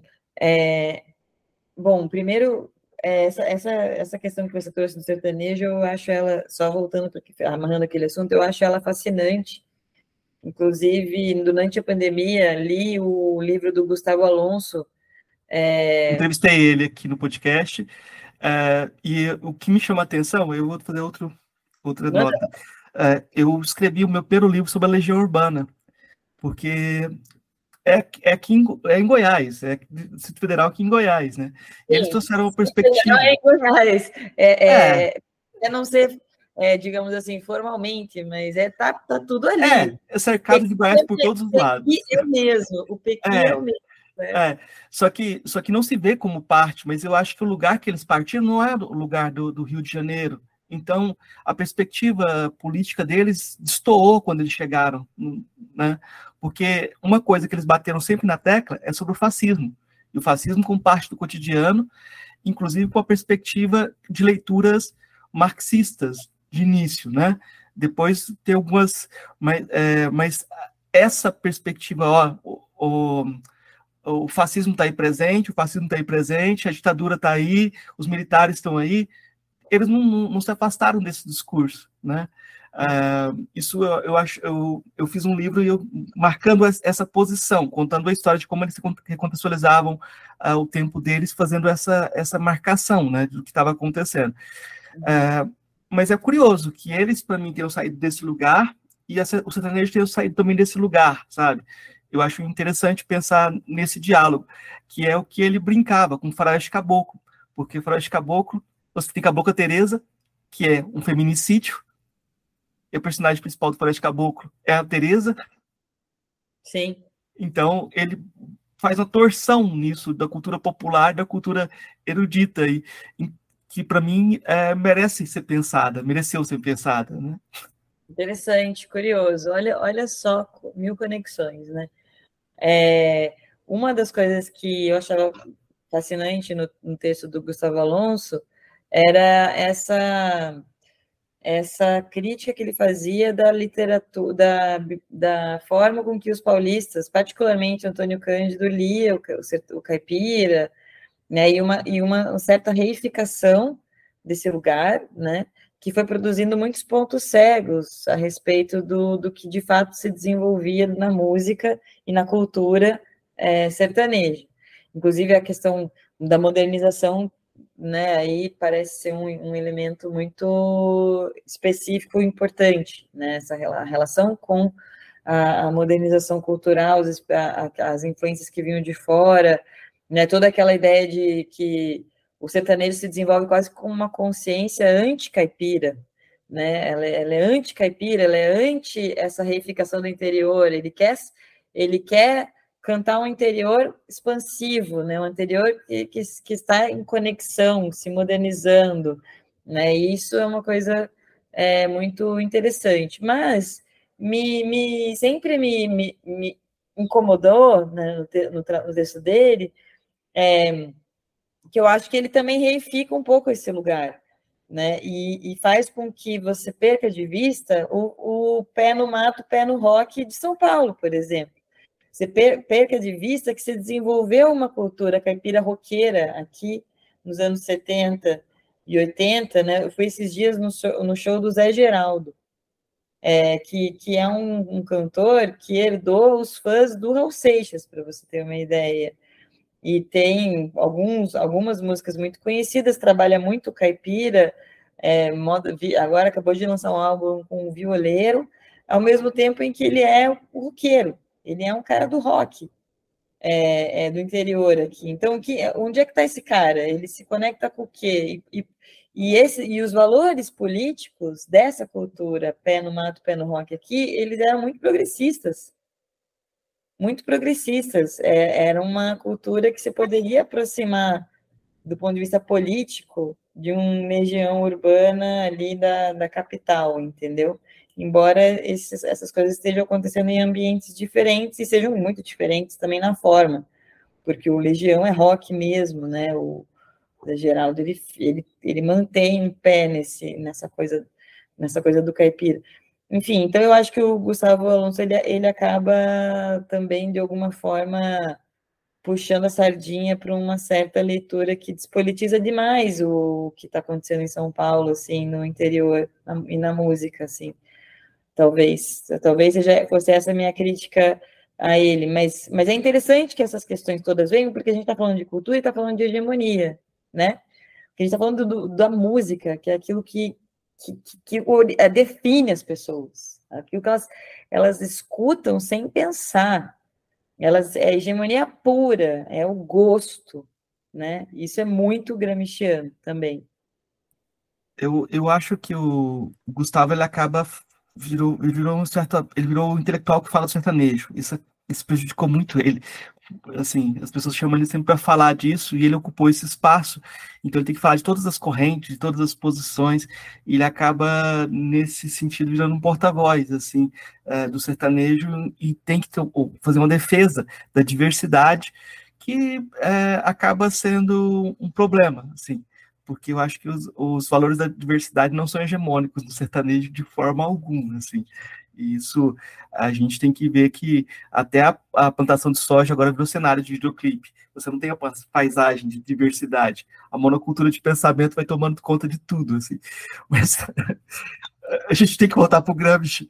Bom, primeiro, essa questão que você trouxe do sertanejo, eu acho ela, só voltando, amarrando aquele assunto, eu acho ela fascinante. Inclusive, durante a pandemia, li o livro do Gustavo Alonso. Entrevistei ele aqui no podcast, e o que me chama a atenção, eu vou fazer outra nota. Eu escrevi o meu primeiro livro sobre a Legião Urbana, porque aqui em Goiás, é Distrito Federal aqui em Goiás, né? E eles trouxeram uma perspectiva. Em Goiás. Não ser, digamos assim, formalmente, mas tá tudo ali. É cercado de Goiás por todos os lados. O Pequi é o mesmo. Né? Só que não se vê como parte, mas eu acho que o lugar que eles partiram não é o lugar do Rio de Janeiro. Então, a perspectiva política deles destoou quando eles chegaram, né? Porque uma coisa que eles bateram sempre na tecla é sobre o fascismo. E o fascismo como parte do cotidiano, inclusive com a perspectiva de leituras marxistas de início, né? Depois tem algumas... Mas essa perspectiva, o fascismo está aí presente, a ditadura está aí, os militares estão aí, eles não se afastaram desse discurso, né? Isso eu acho, eu fiz um livro marcando essa posição, contando a história de como eles se recontextualizavam o tempo deles, fazendo essa marcação, né, do que estava acontecendo. Mas é curioso que eles, para mim, tenham saído desse lugar e o sertanejo tenham saído também desse lugar, sabe? Eu acho interessante pensar nesse diálogo, que é o que ele brincava com o Faroeste Caboclo, porque o Faroeste Caboclo, você tem Cabocla Teresa, que é um feminicídio, e o personagem principal do Faroeste Caboclo é a Teresa. Sim. Então, ele faz uma torção nisso, da cultura popular, da cultura erudita, e que, para mim, mereceu ser pensada, né? Interessante, curioso. Olha só, 1000 conexões, né? Uma das coisas que eu achava fascinante no texto do Gustavo Alonso era essa crítica que ele fazia da literatura, da forma com que os paulistas, particularmente Antônio Cândido, lia o caipira, né, e uma certa reificação desse lugar, né, que foi produzindo muitos pontos cegos a respeito do que de fato se desenvolvia na música e na cultura sertaneja. Inclusive a questão da modernização, né, aí parece ser um elemento muito específico e importante, né, essa relação com a modernização cultural, as influências que vinham de fora, né, toda aquela ideia de que o sertanejo se desenvolve quase com uma consciência anti-caipira, né? Ela é anti-caipira, ela é anti essa reificação do interior. Ele quer cantar um interior expansivo, né? Um interior que está em conexão, se modernizando, né? E isso é uma coisa muito interessante. Mas sempre me incomodou, né, no texto dele, que eu acho que ele também reifica um pouco esse lugar, né? E faz com que você perca de vista o pé no mato, pé no rock de São Paulo, por exemplo. Você perca de vista que se desenvolveu uma cultura caipira roqueira aqui nos anos 70 e 80, né? Eu fui esses dias no show do Zé Geraldo, que é um cantor que herdou os fãs do Raul Seixas, para você ter uma ideia. E tem algumas músicas muito conhecidas, trabalha muito caipira, agora acabou de lançar um álbum com um violeiro, ao mesmo tempo em que ele é o roqueiro, ele é um cara do rock, do interior aqui. Então, onde é que está esse cara? Ele se conecta com o quê? E os valores políticos dessa cultura, pé no mato, pé no rock aqui, eles eram muito progressistas. Muito progressistas. Era uma cultura que se poderia aproximar, do ponto de vista político, de uma região urbana ali da capital, entendeu? Embora essas coisas estejam acontecendo em ambientes diferentes e sejam muito diferentes também na forma, porque o Legião é rock mesmo, né? O Geraldo, ele mantém um pé nessa coisa do caipira. Enfim, então eu acho que o Gustavo Alonso, ele acaba também, de alguma forma, puxando a sardinha para uma certa leitura que despolitiza demais o que está acontecendo em São Paulo, assim, no interior e na música, assim. Talvez fosse essa a minha crítica a ele, mas é interessante que essas questões todas venham, porque a gente está falando de cultura e está falando de hegemonia, né? Porque a gente está falando da música, que é aquilo que define as pessoas, aquilo que elas escutam sem pensar, é hegemonia pura, é o gosto, né? Isso é muito gramsciano também. Eu acho que o Gustavo ele acaba ele virou um intelectual que fala do sertanejo. Isso prejudicou muito ele. Assim, as pessoas chamam ele sempre para falar disso e ele ocupou esse espaço. Então ele tem que falar de todas as correntes, de todas as posições. E ele acaba nesse sentido virando um porta-voz assim, do sertanejo e tem que fazer uma defesa da diversidade que acaba sendo um problema, assim, porque eu acho que os valores da diversidade não são hegemônicos no sertanejo de forma alguma, assim. E isso a gente tem que ver que até a plantação de soja agora virou cenário de videoclipe. Você não tem a paisagem de diversidade. A monocultura de pensamento vai tomando conta de tudo, assim. Mas a gente tem que voltar para o Gramsci.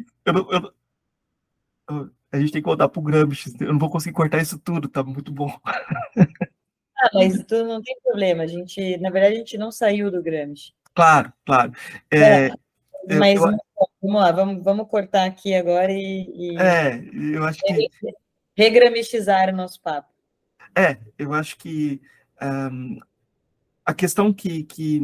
A gente tem que voltar para o Gramsci. Eu não vou conseguir cortar isso tudo, tá muito bom. Mas tudo não tem problema. Na verdade, a gente não saiu do Gramsci. Claro, claro. Mas vamos lá, vamos cortar aqui agora eu acho que regramicizar o nosso papo. Eu acho que a questão que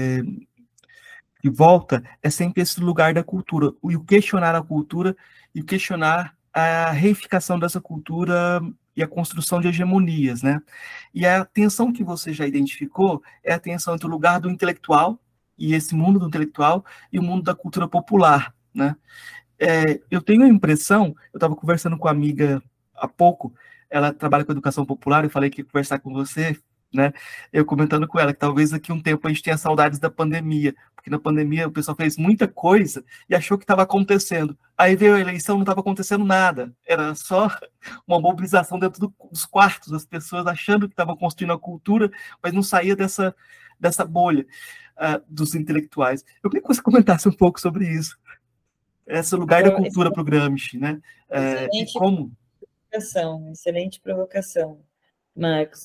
volta é sempre esse lugar da cultura, o questionar a cultura e questionar a reificação dessa cultura e a construção de hegemonias, né? E a tensão que você já identificou é a tensão entre o lugar do intelectual e esse mundo do intelectual e o mundo da cultura popular, né? Eu tenho a impressão, eu estava conversando com uma amiga há pouco, ela trabalha com educação popular, eu falei que ia conversar com você, né? Eu comentando com ela que talvez daqui a um tempo a gente tenha saudades da pandemia, porque na pandemia o pessoal fez muita coisa e achou que estava acontecendo. Aí veio a eleição, não estava acontecendo nada, era só uma mobilização dentro dos quartos, as pessoas achando que estavam construindo a cultura, mas não saía dessa bolha. dos intelectuais. Eu queria que você comentasse um pouco sobre isso, esse lugar da cultura para o Gramsci, né? E como... Excelente provocação, Marcos.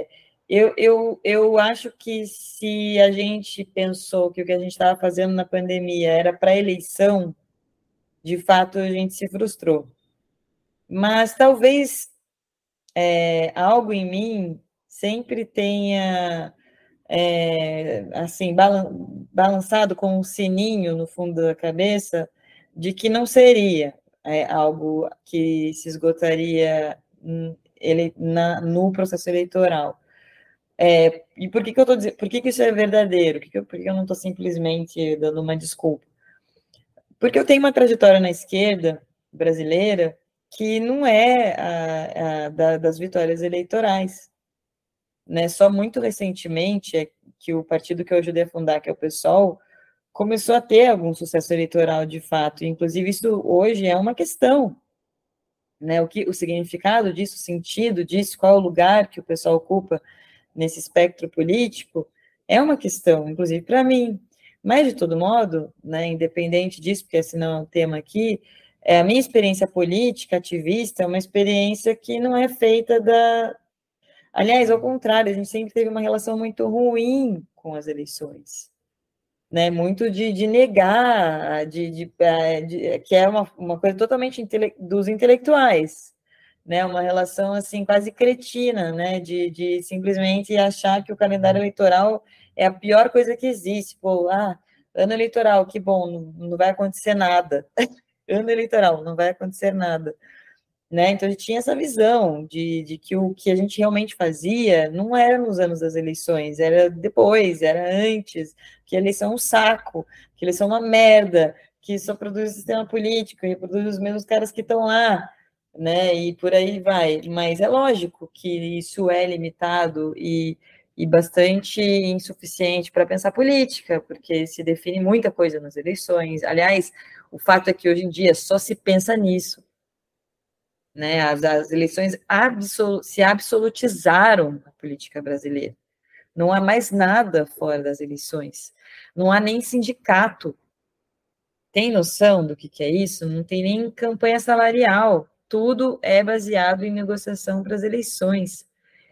Eu acho que se a gente pensou que o que a gente estava fazendo na pandemia era para eleição, de fato a gente se frustrou. Mas talvez algo em mim sempre tenha assim balançado com um sininho no fundo da cabeça de que não seria algo que se esgotaria no processo eleitoral. E por que eu estou dizendo? Por que isso é verdadeiro? Por que eu não estou simplesmente dando uma desculpa? Porque eu tenho uma trajetória na esquerda brasileira que não é das vitórias eleitorais, né? Só muito recentemente é que o partido que eu ajudei a fundar, que é o PSOL, começou a ter algum sucesso eleitoral de fato. Inclusive, isso hoje é uma questão, né? O significado disso, o sentido disso, qual é o lugar que o pessoal ocupa nesse espectro político, é uma questão, inclusive para mim. Mas, de todo modo, né, independente disso, porque esse não é um tema aqui, a minha experiência política, ativista, é uma experiência que não é feita da... Aliás, ao contrário, a gente sempre teve uma relação muito ruim com as eleições, né? Muito de negar, que é uma coisa totalmente dos intelectuais, né? Uma relação assim quase cretina, né? De simplesmente achar que o calendário eleitoral é a pior coisa que existe. Pô, ano eleitoral, que bom, não vai acontecer nada. Ano eleitoral, não vai acontecer nada. Né? Então, a gente tinha essa visão de que o que a gente realmente fazia não era nos anos das eleições, era depois, era antes, que a eleição é um saco, que a eleição é uma merda, que só produz o sistema político, reproduz os mesmos caras que estão lá, né? E por aí vai. Mas é lógico que isso é limitado e bastante insuficiente para pensar política, porque se define muita coisa nas eleições. Aliás, o fato é que hoje em dia só se pensa nisso, né? As eleições se absolutizaram na política brasileira. Não há mais nada fora das eleições. Não há nem sindicato. Tem noção do que é isso? Não tem nem campanha salarial. Tudo é baseado em negociação para as eleições.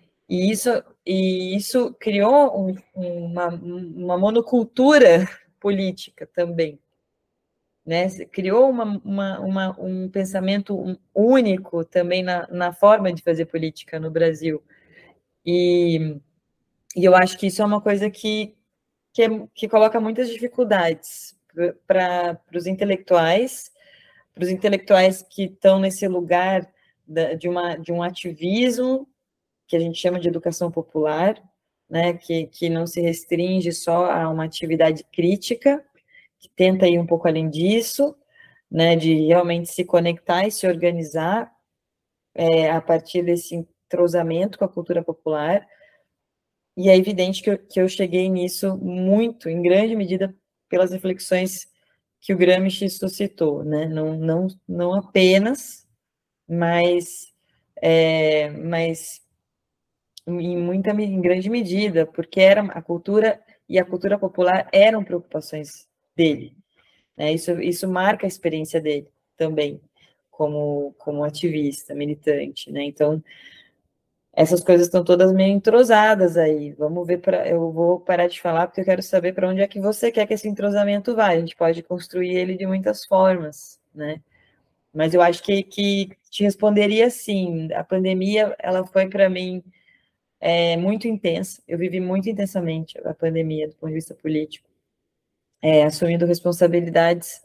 E isso criou uma monocultura política também, né? Criou um pensamento único também na forma de fazer política no Brasil. E eu acho que isso é uma coisa que coloca muitas dificuldades para os intelectuais que estão nesse lugar de um ativismo que a gente chama de educação popular, né? Que não se restringe só a uma atividade crítica, que tenta ir um pouco além disso, né, de realmente se conectar e se organizar a partir desse entrosamento com a cultura popular. E é evidente que eu cheguei nisso muito, em grande medida, pelas reflexões que o Gramsci suscitou, né? Não apenas, mas em grande medida, porque era a cultura e a cultura popular eram preocupações dele. Né? Isso marca a experiência dele também, como ativista, militante. Né? Então, essas coisas estão todas meio entrosadas aí. Vamos ver, eu vou parar de falar, porque eu quero saber para onde é que você quer que esse entrosamento vá. A gente pode construir ele de muitas formas, né? Mas eu acho que te responderia sim. A pandemia, ela foi para mim muito intensa. Eu vivi muito intensamente a pandemia do ponto de vista político, assumindo responsabilidades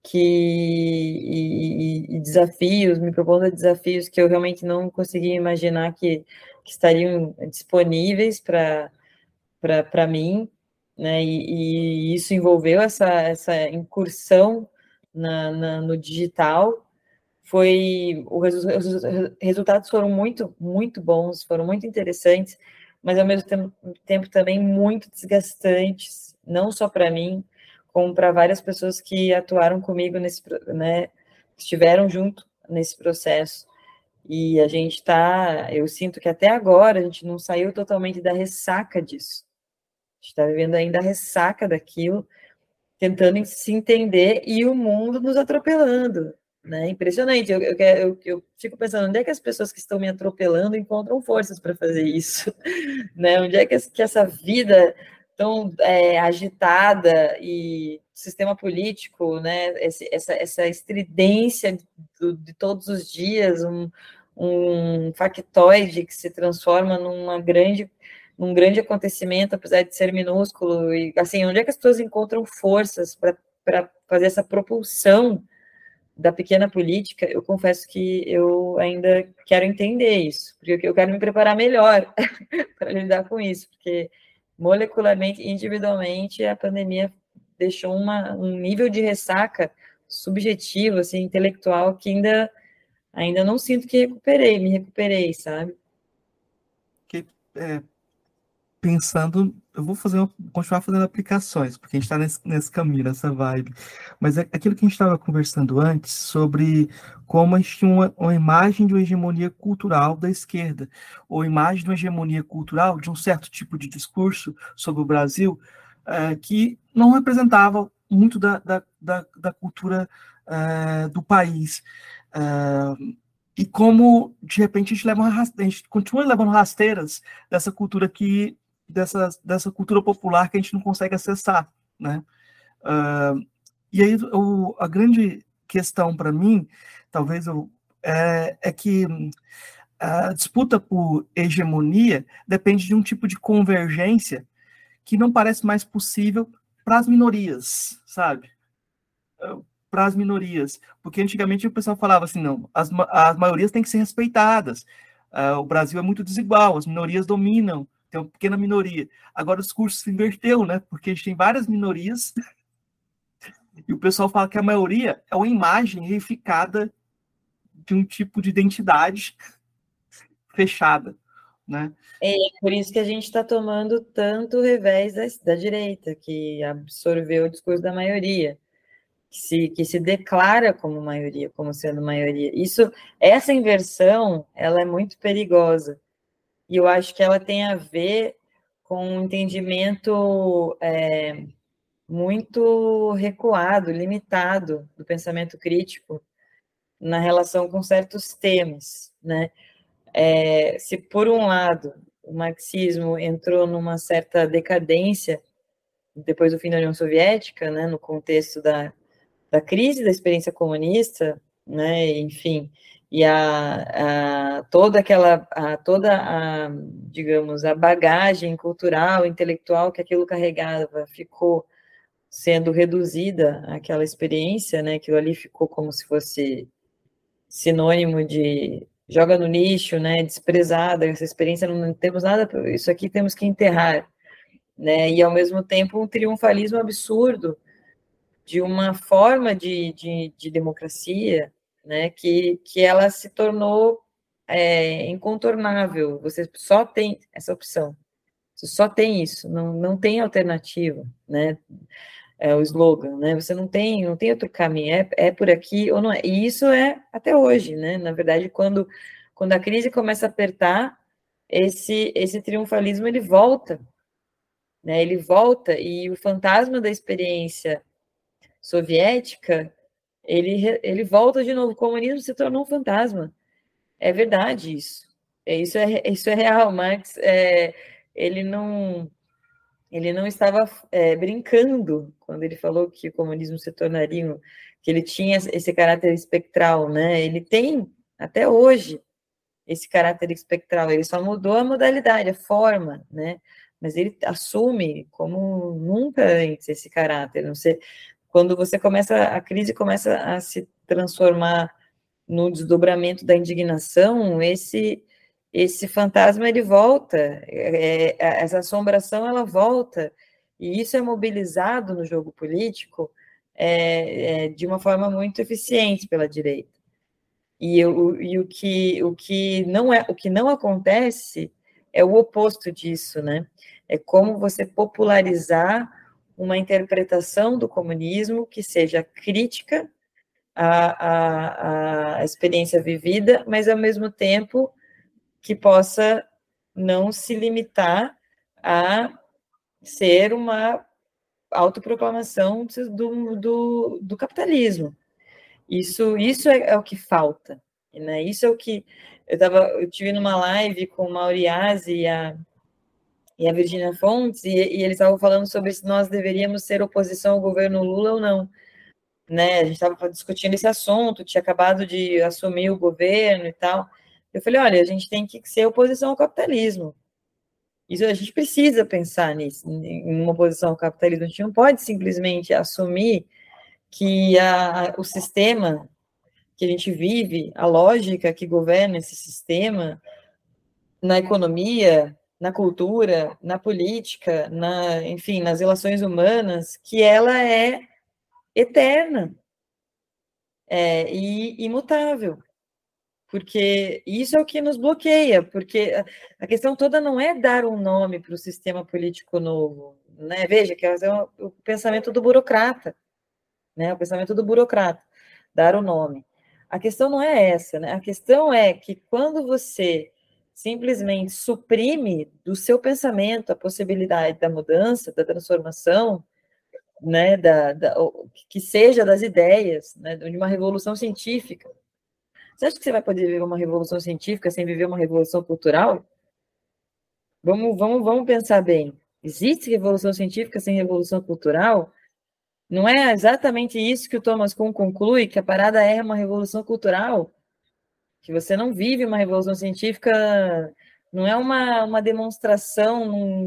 e desafios, me propondo desafios que eu realmente não conseguia imaginar que estariam disponíveis para mim, né? E isso envolveu essa incursão no digital. Os resultados foram muito, muito bons, foram muito interessantes, mas ao mesmo tempo também muito desgastantes, não só para mim, como para várias pessoas que atuaram comigo né, estiveram junto nesse processo. E a gente eu sinto que até agora a gente não saiu totalmente da ressaca disso, gente está vivendo ainda a ressaca daquilo, tentando se entender e o mundo nos atropelando, né? Impressionante. Eu fico pensando, onde é que as pessoas que estão me atropelando encontram forças para fazer isso, né? Onde é que essa vida tão agitada e sistema político, né? Essa estridência de todos os dias, um factoide que se transforma num grande acontecimento, apesar de ser minúsculo, e assim, onde é que as pessoas encontram forças para fazer essa propulsão da pequena política? Eu confesso que eu ainda quero entender isso, porque eu quero me preparar melhor para lidar com isso, porque molecularmente, individualmente, a pandemia deixou um nível de ressaca subjetivo, assim, intelectual, que ainda não sinto que me recuperei, sabe? Que, pensando, eu vou continuar fazendo aplicações, porque a gente está nesse caminho, nessa vibe. Mas é aquilo que a gente estava conversando antes sobre como a gente tinha uma imagem de uma hegemonia cultural da esquerda, ou imagem de uma hegemonia cultural de um certo tipo de discurso sobre o Brasil, que não representava muito da cultura do país. E como, de repente, a gente continua levando rasteiras dessa cultura dessa cultura popular que a gente não consegue acessar, né? E aí a grande questão para mim, talvez é que a disputa por hegemonia depende de um tipo de convergência que não parece mais possível para as minorias, sabe? Para as minorias, porque antigamente o pessoal falava assim, não, as maiorias têm que ser respeitadas, o Brasil é muito desigual, as minorias dominam, tem uma pequena minoria. Agora o discurso se inverteu, né? Porque a gente tem várias minorias e o pessoal fala que a maioria é uma imagem reificada de um tipo de identidade fechada, né? É por isso que a gente está tomando tanto revés da direita, que absorveu o discurso da maioria, que se declara como maioria, como sendo maioria. Essa inversão, ela é muito perigosa. E eu acho que ela tem a ver com um entendimento muito recuado, limitado do pensamento crítico na relação com certos temas, né? Se por um lado o marxismo entrou numa certa decadência depois do fim da União Soviética, né, no contexto da crise da experiência comunista, né, enfim, e digamos, a bagagem cultural, intelectual que aquilo carregava ficou sendo reduzida àquela experiência, né, aquilo ali ficou como se fosse sinônimo de joga no lixo, né, desprezada, essa experiência não temos nada, isso aqui temos que enterrar, né, e ao mesmo tempo um triunfalismo absurdo de uma forma de democracia, né, que ela se tornou incontornável, você só tem essa opção, você só tem isso, não tem alternativa, né, é o slogan, né? Você não tem outro caminho, é por aqui ou não é. E isso é até hoje, né? Na verdade, quando a crise começa a apertar, esse triunfalismo ele volta, né? Ele volta e o fantasma da experiência soviética ele volta de novo. O comunismo se tornou um fantasma. É verdade isso. Isso é real. Marx ele não ele não estava brincando quando ele falou que o comunismo se tornaria, que ele tinha esse caráter espectral, né? Ele tem, até hoje, esse caráter espectral, ele só mudou a modalidade, a forma, né? Mas ele assume como nunca antes esse caráter. Não sei, quando a crise começa a se transformar no desdobramento da indignação, esse fantasma ele volta, essa assombração ela volta, e isso é mobilizado no jogo político de uma forma muito eficiente pela direita. E o que não acontece é o oposto disso, né? É como você popularizar uma interpretação do comunismo que seja crítica à experiência vivida, mas ao mesmo tempo que possa não se limitar a ser uma autoproclamação do capitalismo. Isso é o que falta, né? Isso é o que eu tive numa live com o Mauriase e a Virginia Fontes, e eles estavam falando sobre se nós deveríamos ser oposição ao governo Lula ou não, né? A gente estava discutindo esse assunto, tinha acabado de assumir o governo e tal. Eu falei, olha, a gente tem que ser oposição ao capitalismo. Isso a gente precisa pensar nisso, em uma oposição ao capitalismo. A gente não pode simplesmente assumir que o sistema que a gente vive, a lógica que governa esse sistema, na economia, na cultura, na política, enfim, nas relações humanas, que ela é eterna, e imutável. Porque isso é o que nos bloqueia, porque a questão toda não é dar um nome para o sistema político novo, né? Veja que é o pensamento do burocrata, né? O pensamento do burocrata, dar o nome. A questão não é essa, né? A questão é que quando você simplesmente suprime do seu pensamento a possibilidade da mudança, da transformação, né? Que seja das ideias, né? De uma revolução científica. Você acha que você vai poder viver uma revolução científica sem viver uma revolução cultural? Vamos pensar bem. Existe revolução científica sem revolução cultural? Não é exatamente isso que o Thomas Kuhn conclui, que a parada é uma revolução cultural? Que você não vive uma revolução científica, não é uma demonstração,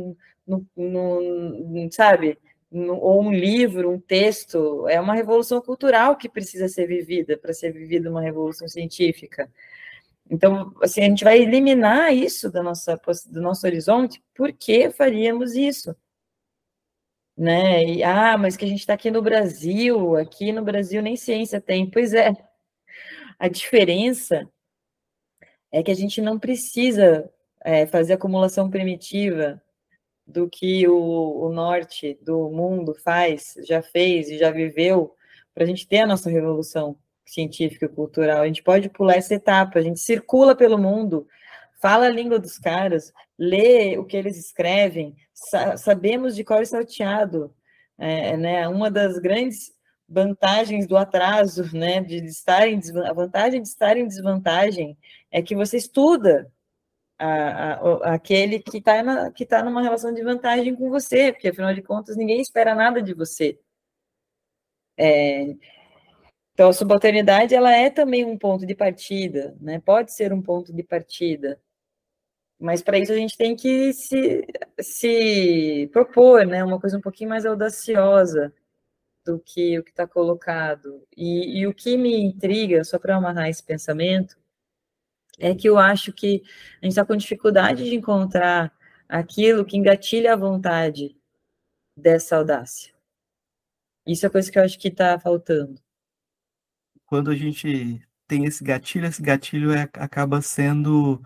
sabe? Ou um livro, um texto, é uma revolução cultural que precisa ser vivida para ser vivida uma revolução científica. Então, assim, a gente vai eliminar isso do nosso horizonte, por que faríamos isso? Né? Mas que a gente está aqui no Brasil nem ciência tem. Pois é, a diferença é que a gente não precisa fazer acumulação primitiva do que o norte do mundo já fez e já viveu, para a gente ter a nossa revolução científica e cultural. A gente pode pular essa etapa, a gente circula pelo mundo, fala a língua dos caras, lê o que eles escrevem, sabemos de cor e salteado. Né? Uma das grandes vantagens do atraso, né, a vantagem de estar em desvantagem é que você estuda aquele que está numa relação de vantagem com você, porque afinal de contas ninguém espera nada de você. Então a subalternidade ela é também um ponto de partida, né? Pode ser um ponto de partida, mas para isso a gente tem que se propor, né? Uma coisa um pouquinho mais audaciosa do que o que está colocado. E o que me intriga, só para amarrar esse pensamento, é que eu acho que a gente está com dificuldade de encontrar aquilo que engatilha a vontade dessa audácia. Isso é a coisa que eu acho que está faltando. Quando a gente tem esse gatilho acaba sendo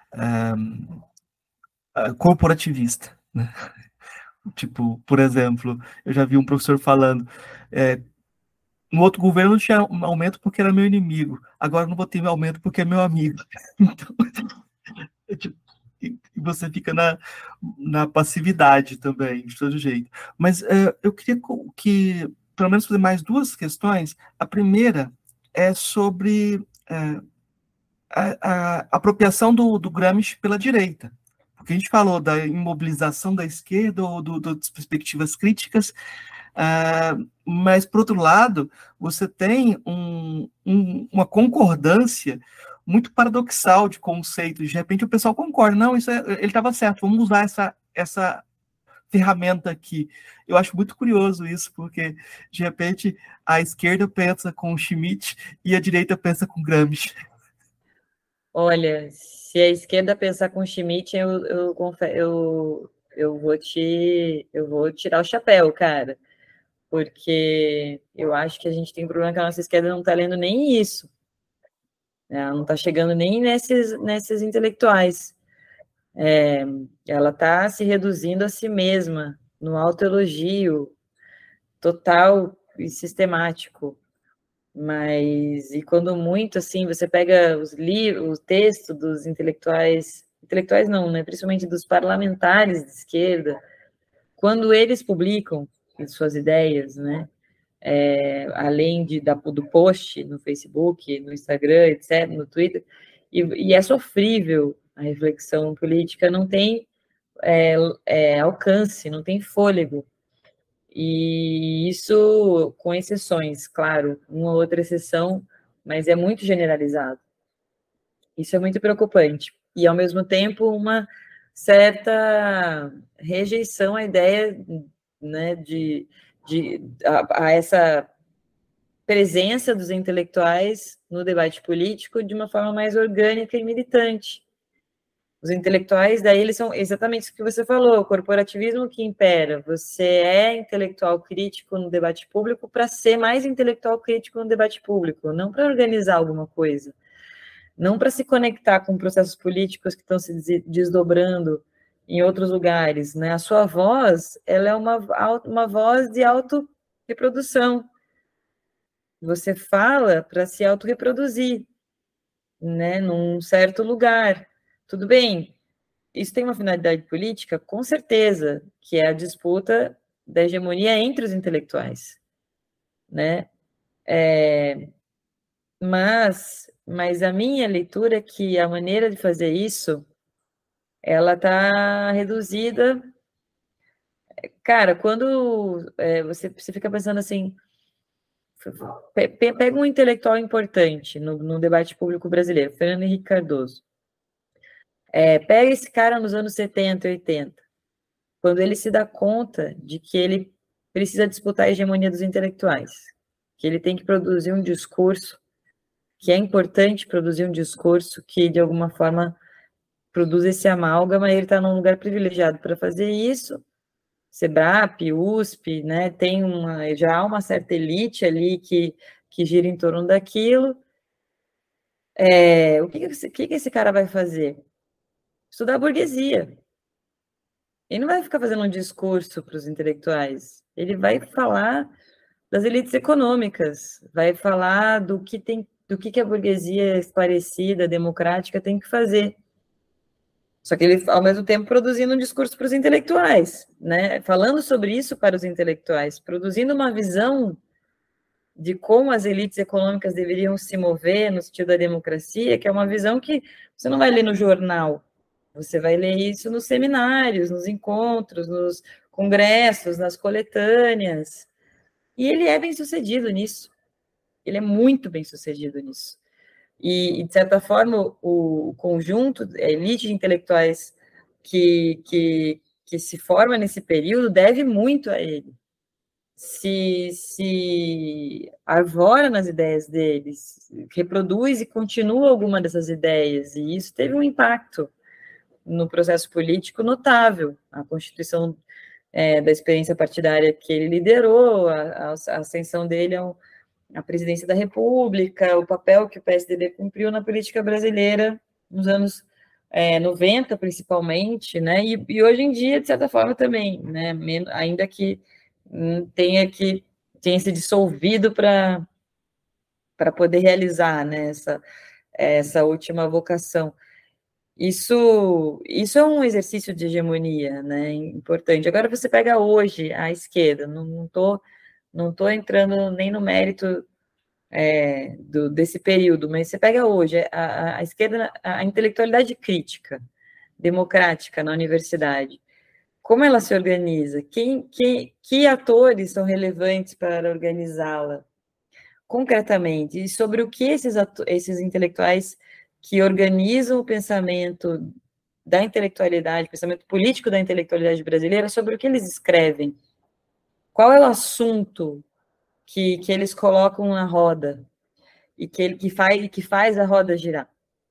corporativista, né? Tipo, por exemplo, eu já vi um professor falando, no outro governo não tinha aumento porque era meu inimigo, agora não vou ter aumento porque é meu amigo. Então, tipo, e você fica na passividade também, de todo jeito. Mas eu queria que, pelo menos, fazer mais duas questões. A primeira é sobre a apropriação do Gramsci pela direita. Porque a gente falou da imobilização da esquerda ou das perspectivas críticas, mas, por outro lado, você tem uma concordância muito paradoxal de conceitos. De repente, o pessoal concorda. Não, ele estava certo, vamos usar essa ferramenta aqui. Eu acho muito curioso isso, porque, de repente, a esquerda pensa com Schmitt e a direita pensa com Gramsci. Olha, se a esquerda pensar com Schmitt, eu vou tirar o chapéu, cara, porque eu acho que a gente tem um problema que a nossa esquerda não está lendo nem isso, né? Ela não está chegando nem nesses intelectuais. Ela está se reduzindo a si mesma no autoelogio total e sistemático. E quando muito, assim, você pega os livros, o texto dos intelectuais não, né, principalmente dos parlamentares de esquerda, quando eles publicam suas ideias, né, além do post no Facebook, no Instagram, etc., no Twitter, e é sofrível a reflexão política, não tem alcance, não tem fôlego. E isso com exceções, claro, uma ou outra exceção, mas é muito generalizado. Isso é muito preocupante. E, ao mesmo tempo, uma certa rejeição à ideia, né, a essa presença dos intelectuais no debate político de uma forma mais orgânica e militante. Os intelectuais, daí, eles são exatamente o que você falou, o corporativismo que impera. Você é intelectual crítico no debate público para ser mais intelectual crítico no debate público, não para organizar alguma coisa, não para se conectar com processos políticos que estão se desdobrando em outros lugares, né? A sua voz, ela é uma voz de autorreprodução. Você fala para se autorreproduzir, né? Num certo lugar. Tudo bem, isso tem uma finalidade política? Com certeza, que é a disputa da hegemonia entre os intelectuais, né? Mas a minha leitura é que a maneira de fazer isso, ela está reduzida. Cara, quando você fica pensando assim, pega um intelectual importante no debate público brasileiro, Fernando Henrique Cardoso. Pega esse cara nos anos 70 e 80, quando ele se dá conta de que ele precisa disputar a hegemonia dos intelectuais, que ele tem que produzir um discurso, que é importante produzir um discurso que, de alguma forma, produz esse amálgama, e ele está num lugar privilegiado para fazer isso. SEBRAP, USP, né, já há uma certa elite ali que gira em torno daquilo. O que esse cara vai fazer? Estudar a burguesia. Ele não vai ficar fazendo um discurso para os intelectuais, ele vai falar das elites econômicas, vai falar do que a burguesia esclarecida, democrática tem que fazer. Só que ele, ao mesmo tempo, produzindo um discurso para os intelectuais, né? Falando sobre isso para os intelectuais, produzindo uma visão de como as elites econômicas deveriam se mover no sentido da democracia, que é uma visão que você não vai ler no jornal, você vai ler isso nos seminários, nos encontros, nos congressos, nas coletâneas. E ele é bem-sucedido nisso. Ele é muito bem-sucedido nisso. E, de certa forma, o conjunto, a elite de intelectuais que se forma nesse período deve muito a ele. Se arvora nas ideias deles, reproduz e continua alguma dessas ideias, e isso teve um impacto no processo político notável. A constituição da experiência partidária que ele liderou, a ascensão dele à presidência da República, o papel que o PSDB cumpriu na política brasileira nos anos 90, principalmente, né? E hoje em dia, de certa forma, também, né? Ainda que tenha se dissolvido para poder realizar, né, essa última vocação. Isso é um exercício de hegemonia, né, importante. Agora você pega hoje a esquerda, não tô entrando nem no mérito desse período, mas você pega hoje a esquerda, a intelectualidade crítica, democrática na universidade. Como ela se organiza? Que atores são relevantes para organizá-la concretamente? E sobre o que esses intelectuais que organizam o pensamento da intelectualidade, pensamento político da intelectualidade brasileira, sobre o que eles escrevem? Qual é o assunto que eles colocam na roda e que faz a roda girar?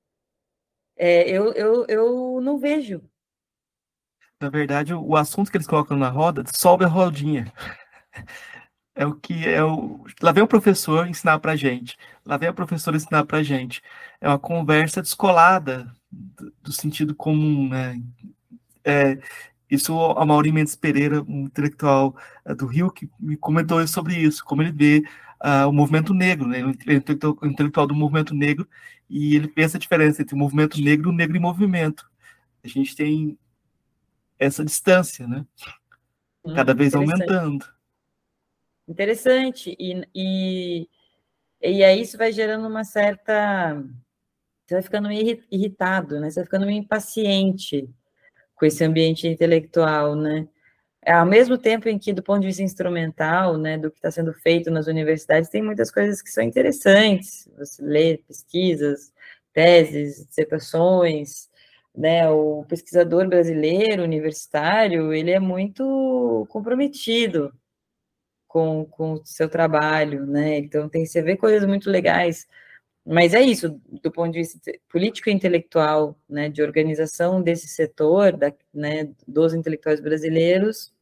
Eu não vejo. Na verdade, o assunto que eles colocam na roda sobe a rodinha. É o que é o. Lá vem o professor ensinar pra gente. Lá vem a professora ensinar pra gente. É uma conversa descolada do sentido comum, né? Isso a Mauri Mendes Pereira, um intelectual do Rio, que me comentou sobre isso, como ele vê o movimento negro, né? Ele é intelectual do movimento negro, e ele pensa a diferença entre o movimento negro e o negro em movimento. A gente tem essa distância, né? cada vez Interessante. aumentando. Interessante. E aí isso vai gerando uma certa... Você vai ficando meio irritado, né? Você vai ficando meio impaciente com esse ambiente intelectual, né? Ao mesmo tempo em que, do ponto de vista instrumental, né, do que está sendo feito nas universidades, tem muitas coisas que são interessantes. Você lê pesquisas, teses, dissertações, né? O pesquisador brasileiro, universitário, ele é muito comprometido com o seu trabalho, né? Então, você vê coisas muito legais. Mas é isso, do ponto de vista político e intelectual, né, de organização desse setor, né, dos intelectuais brasileiros,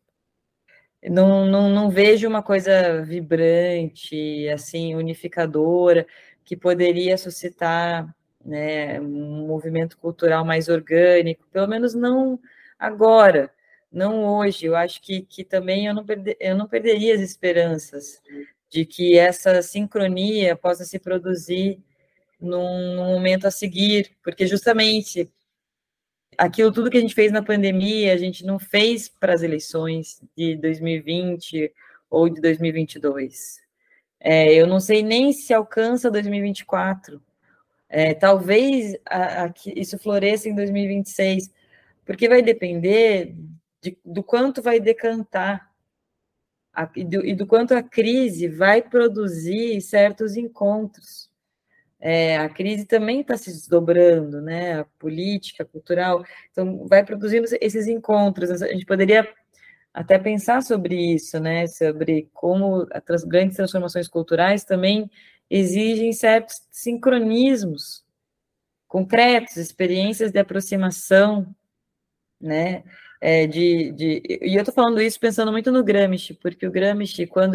não vejo uma coisa vibrante, assim, unificadora, que poderia suscitar, né, um movimento cultural mais orgânico, pelo menos não agora, não hoje. Eu acho que também eu não perderia as esperanças de que essa sincronia possa se produzir num momento a seguir, porque justamente aquilo tudo que a gente fez na pandemia, a gente não fez para as eleições de 2020 ou de 2022. Eu não sei nem se alcança 2024. Talvez isso floresça em 2026, porque vai depender do quanto vai decantar e do quanto a crise vai produzir certos encontros. A crise também está se desdobrando, né? A política, cultural, então vai produzindo esses encontros. A gente poderia até pensar sobre isso, né? Sobre como as grandes transformações culturais também exigem certos sincronismos concretos, experiências de aproximação, né? E eu estou falando isso pensando muito no Gramsci, porque o Gramsci, quando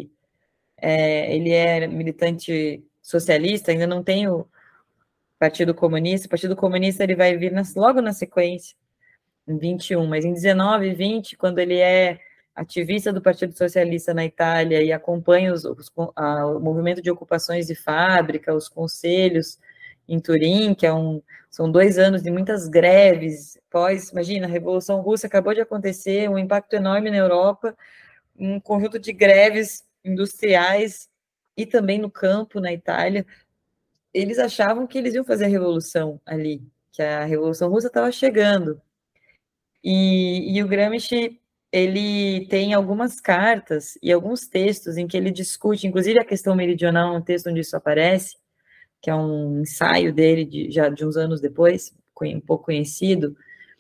ele é militante socialista, ainda não tem o Partido Comunista. O Partido Comunista ele vai vir logo na sequência, em 21, mas em 19 e 20, quando ele é ativista do Partido Socialista na Itália e acompanha o movimento de ocupações de fábrica, os conselhos em Turim, são 2 anos de muitas greves, imagina, a Revolução Russa acabou de acontecer, um impacto enorme na Europa, um conjunto de greves industriais e também no campo, na Itália. Eles achavam que eles iam fazer a revolução ali, que a Revolução Russa estava chegando. E o Gramsci, ele tem algumas cartas e alguns textos em que ele discute, inclusive a questão meridional, um texto onde isso aparece, que é um ensaio dele já de uns anos depois, um pouco conhecido,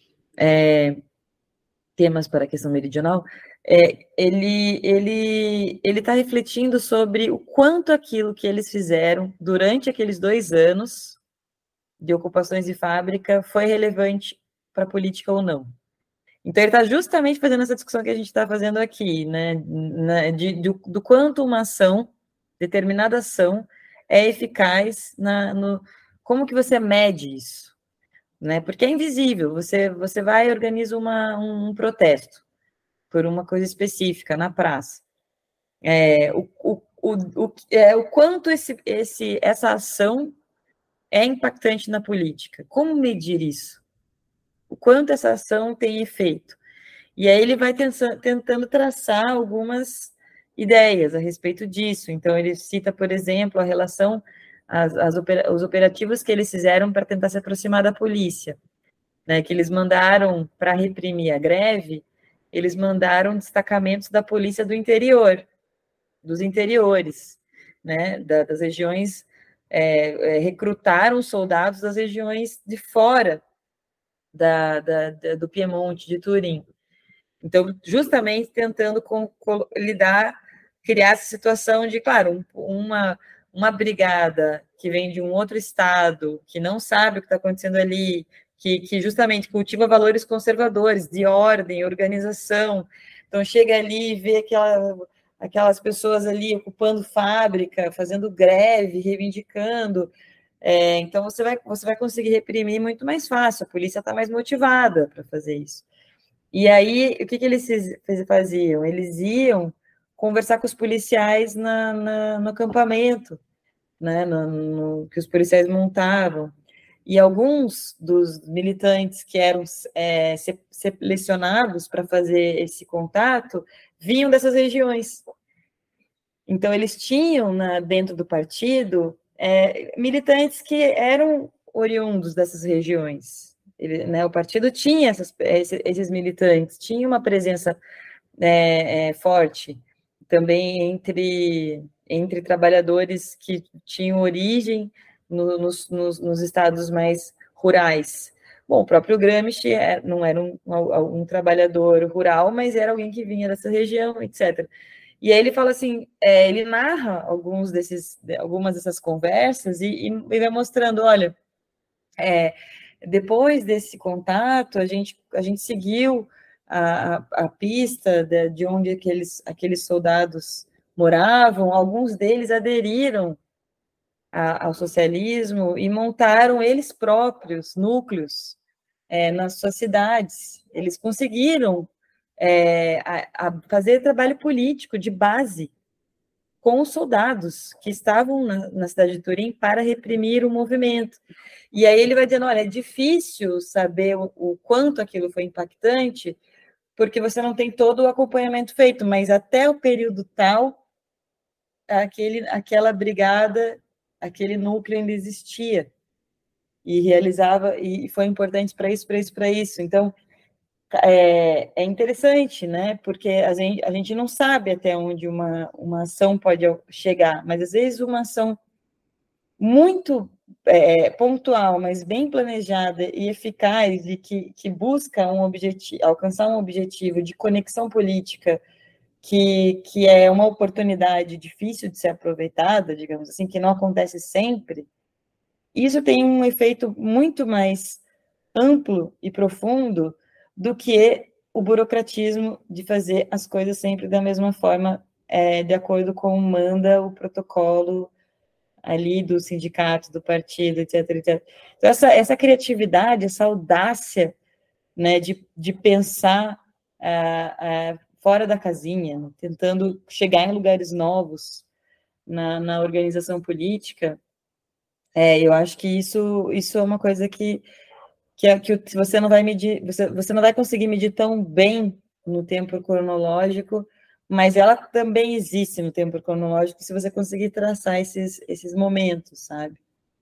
temas para a questão meridional. Ele está refletindo sobre o quanto aquilo que eles fizeram durante aqueles 2 anos de ocupações de fábrica foi relevante para a política ou não. Então, ele está justamente fazendo essa discussão que a gente está fazendo aqui, né? Do quanto uma ação, determinada ação, é eficaz como que você mede isso, né? Porque é invisível. Você vai e organiza um protesto por uma coisa específica na praça. O quanto essa ação é impactante na política. Como medir isso? O quanto essa ação tem efeito? E aí ele vai tentando traçar algumas ideias a respeito disso. Então, ele cita, por exemplo, a relação, os operativos que eles fizeram para tentar se aproximar da polícia, né, que eles mandaram para reprimir a greve, eles mandaram destacamentos da polícia do interior, dos interiores, né, das regiões, recrutaram soldados das regiões de fora do Piemonte, de Turim. Então, justamente tentando criar essa situação de, claro, uma brigada que vem de um outro estado, que não sabe o que está acontecendo ali, que justamente cultiva valores conservadores, de ordem, organização. Então, chega ali e vê aquelas pessoas ali ocupando fábrica, fazendo greve, reivindicando. Então, você vai conseguir reprimir muito mais fácil, a polícia está mais motivada para fazer isso. E aí, o que eles faziam? Eles iam conversar com os policiais no acampamento, né, que os policiais montavam. E alguns dos militantes que eram selecionados para fazer esse contato vinham dessas regiões. Então, eles tinham dentro do partido militantes que eram oriundos dessas regiões. O partido tinha esses militantes, tinha uma presença forte também entre trabalhadores que tinham origem nos estados mais rurais. Bom, o próprio Gramsci não era um trabalhador rural, mas era alguém que vinha dessa região, etc. E aí ele fala assim, ele narra algumas dessas conversas e vai mostrando, olha, depois desse contato, a gente seguiu a pista de onde aqueles soldados moravam, alguns deles aderiram ao socialismo e montaram eles próprios núcleos nas suas cidades. Eles conseguiram fazer trabalho político de base com os soldados que estavam na cidade de Turim para reprimir o movimento. E aí ele vai dizendo, olha, é difícil saber o quanto aquilo foi impactante, porque você não tem todo o acompanhamento feito, mas até o período tal, aquela brigada, aquele núcleo ainda existia e realizava, e foi importante para isso, para isso, para isso. Então, é interessante, né? Porque a gente não sabe até onde uma ação pode chegar, mas às vezes uma ação muito pontual, mas bem planejada e eficaz e que busca alcançar um objetivo de conexão política que é uma oportunidade difícil de ser aproveitada, digamos assim, que não acontece sempre, isso tem um efeito muito mais amplo e profundo do que o burocratismo de fazer as coisas sempre da mesma forma, de acordo com manda o protocolo ali do sindicato, do partido, etc, etc. Então, essa criatividade, essa audácia, né, de pensar fora da casinha, né, tentando chegar em lugares novos na organização política, eu acho que isso é uma coisa que você não vai medir, você não vai conseguir medir tão bem no tempo cronológico, mas ela também existe no tempo cronológico se você conseguir traçar esses momentos, sabe?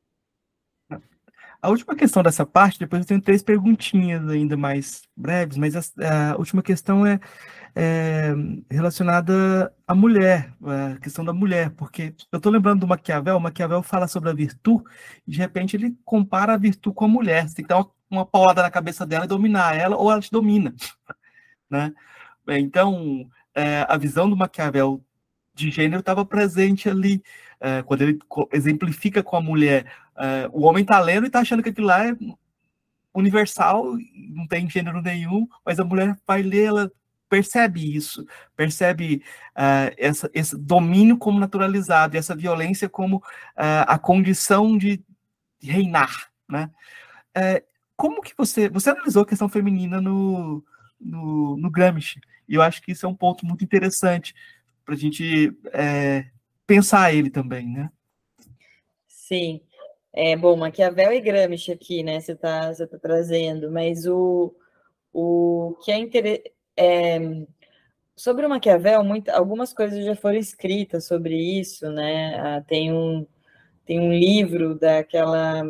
A última questão dessa parte, depois eu tenho 3 perguntinhas ainda mais breves, mas a última questão é relacionada à mulher, a questão da mulher, porque eu estou lembrando do Maquiavel, o Maquiavel fala sobre a virtude, e de repente ele compara a virtude com a mulher, você tem que dar uma paulada na cabeça dela e dominar ela, ou ela te domina, né? Então, a visão do Maquiavel de gênero estava presente ali, quando ele exemplifica com a mulher, o homem está lendo e está achando que aquilo lá é universal, não tem gênero nenhum, mas a mulher vai ler, ela percebe isso, percebe esse domínio como naturalizado, e essa violência como a condição de reinar, né? Como que você analisou a questão feminina no Gramsci? E eu acho que isso é um ponto muito interessante para a gente pensar ele também, né? Sim. Bom, Maquiavel e Gramsci aqui, né? Você tá trazendo, mas o que é interessante. Sobre o Maquiavel, algumas coisas já foram escritas sobre isso, né? Tem um livro daquela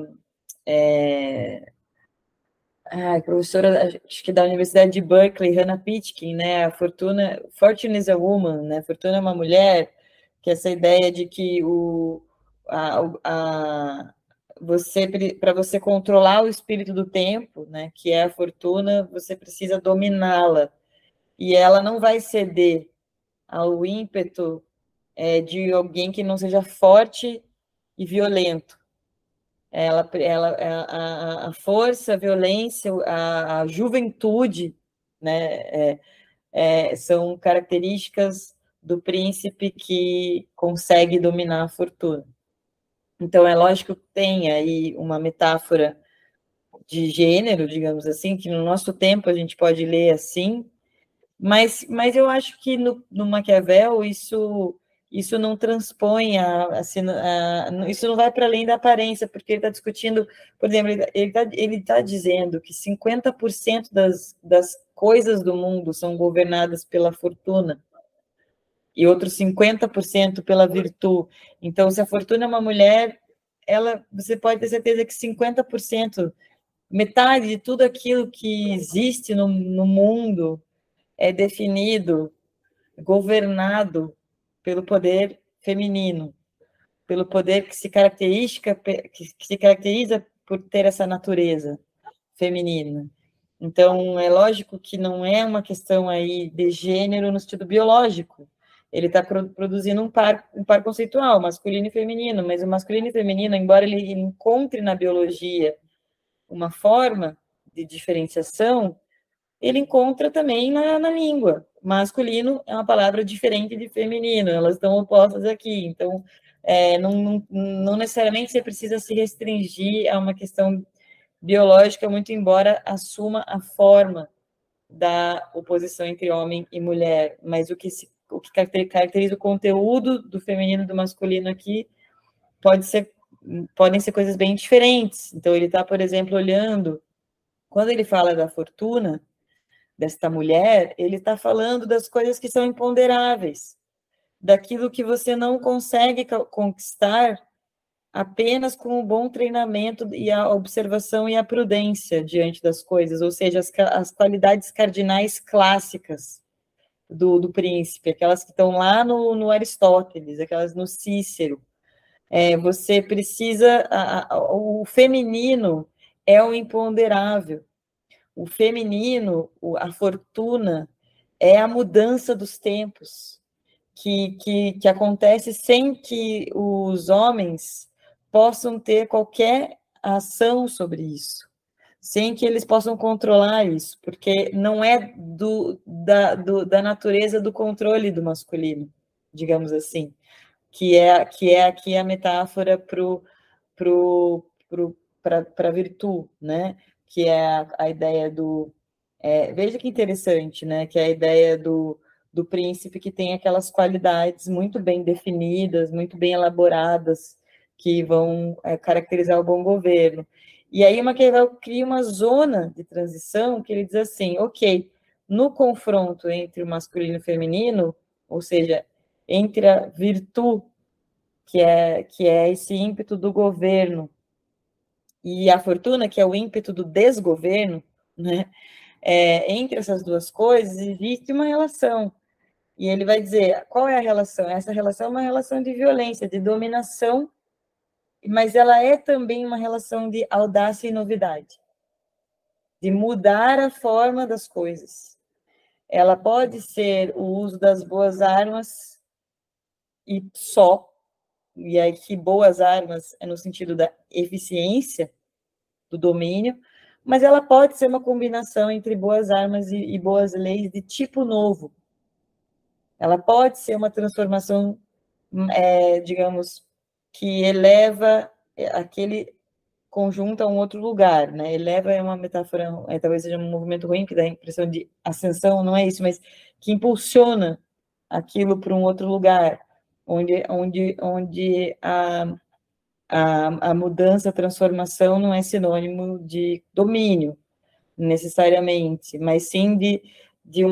professora, acho que da Universidade de Berkeley, Hannah Pitkin, né? Fortune is a Woman, né? Fortuna é uma mulher, que é essa ideia de que para você controlar o espírito do tempo, né? Que é a fortuna, você precisa dominá-la. E ela não vai ceder ao ímpeto de alguém que não seja forte e violento. A força, a violência, a juventude, né, são características do príncipe que consegue dominar a fortuna. Então, é lógico que tem aí uma metáfora de gênero, digamos assim, que no nosso tempo a gente pode ler assim, mas eu acho que no Maquiavel isso isso não transpõe isso não vai para além da aparência, porque ele está discutindo, por exemplo, ele tá dizendo que 50% das coisas do mundo são governadas pela fortuna e outros 50% pela virtude. Então, se a fortuna é uma mulher, você pode ter certeza que 50%, metade de tudo aquilo que existe no mundo é definido, governado pelo poder feminino, pelo poder que se caracteriza por ter essa natureza feminina. Então, é lógico que não é uma questão aí de gênero no sentido biológico. Ele está produzindo um par conceitual, masculino e feminino, mas o masculino e feminino, embora ele encontre na biologia uma forma de diferenciação, ele encontra também na língua. Masculino é uma palavra diferente de feminino, elas estão opostas aqui. Então, não necessariamente você precisa se restringir a uma questão biológica, muito embora assuma a forma da oposição entre homem e mulher, mas o que caracteriza o conteúdo do feminino e do masculino aqui podem ser coisas bem diferentes. Então, ele está, por exemplo, olhando, quando ele fala da fortuna desta mulher, ele está falando das coisas que são imponderáveis, daquilo que você não consegue conquistar apenas com o bom treinamento e a observação e a prudência diante das coisas, ou seja, as qualidades cardinais clássicas do príncipe, aquelas que estão lá no Aristóteles, aquelas no Cícero. Você precisa, o feminino é o imponderável, o feminino, a fortuna, é a mudança dos tempos, que acontece sem que os homens possam ter qualquer ação sobre isso, sem que eles possam controlar isso, porque não é da natureza do controle do masculino, digamos assim, que é aqui a metáfora para a virtude, né? Que é a ideia do... veja que interessante, né? Que é a ideia do príncipe que tem aquelas qualidades muito bem definidas, muito bem elaboradas, que vão caracterizar o bom governo. E aí Maquiavel cria uma zona de transição que ele diz assim, ok, no confronto entre o masculino e o feminino, ou seja, entre a virtude, que é esse ímpeto do governo, e a fortuna, que é o ímpeto do desgoverno, né? Entre essas duas coisas existe uma relação. E ele vai dizer, qual é a relação? Essa relação é uma relação de violência, de dominação, mas ela é também uma relação de audácia e novidade, de mudar a forma das coisas. Ela pode ser o uso das boas armas e só, e aí que boas armas é no sentido da eficiência, do domínio, mas ela pode ser uma combinação entre boas armas e boas leis de tipo novo. Ela pode ser uma transformação, digamos, que eleva aquele conjunto a um outro lugar, né? Eleva é uma metáfora, talvez seja um movimento ruim, que dá a impressão de ascensão, não é isso, mas que impulsiona aquilo para um outro lugar, onde a mudança, a transformação não é sinônimo de domínio, necessariamente, mas sim de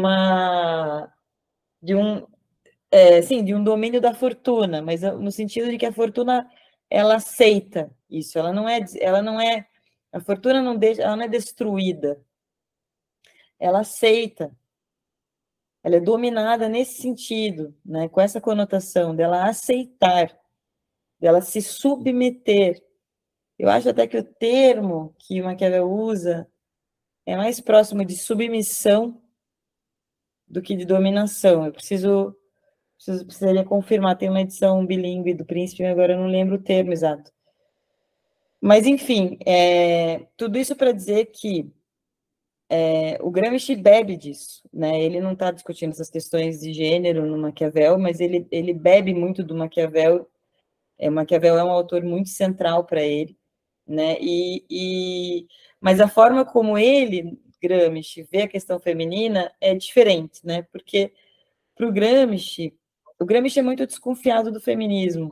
um domínio da fortuna, mas no sentido de que a fortuna ela aceita isso, ela não é a fortuna não deixa, ela não é destruída, ela aceita, ela é dominada nesse sentido, né, com essa conotação dela aceitar, dela se submeter. Eu acho até que o termo que Maquiavel usa é mais próximo de submissão do que de dominação. Eu precisaria confirmar, tem uma edição bilíngue do Príncipe, agora eu não lembro o termo exato. Mas, enfim, tudo isso para dizer que o Gramsci bebe disso, né? Ele não está discutindo essas questões de gênero no Maquiavel, mas ele bebe muito do Maquiavel. Maquiavel é um autor muito central para ele, né? Mas a forma como ele, Gramsci, vê a questão feminina é diferente, né? Porque para o Gramsci, o Gramsci é muito desconfiado do feminismo,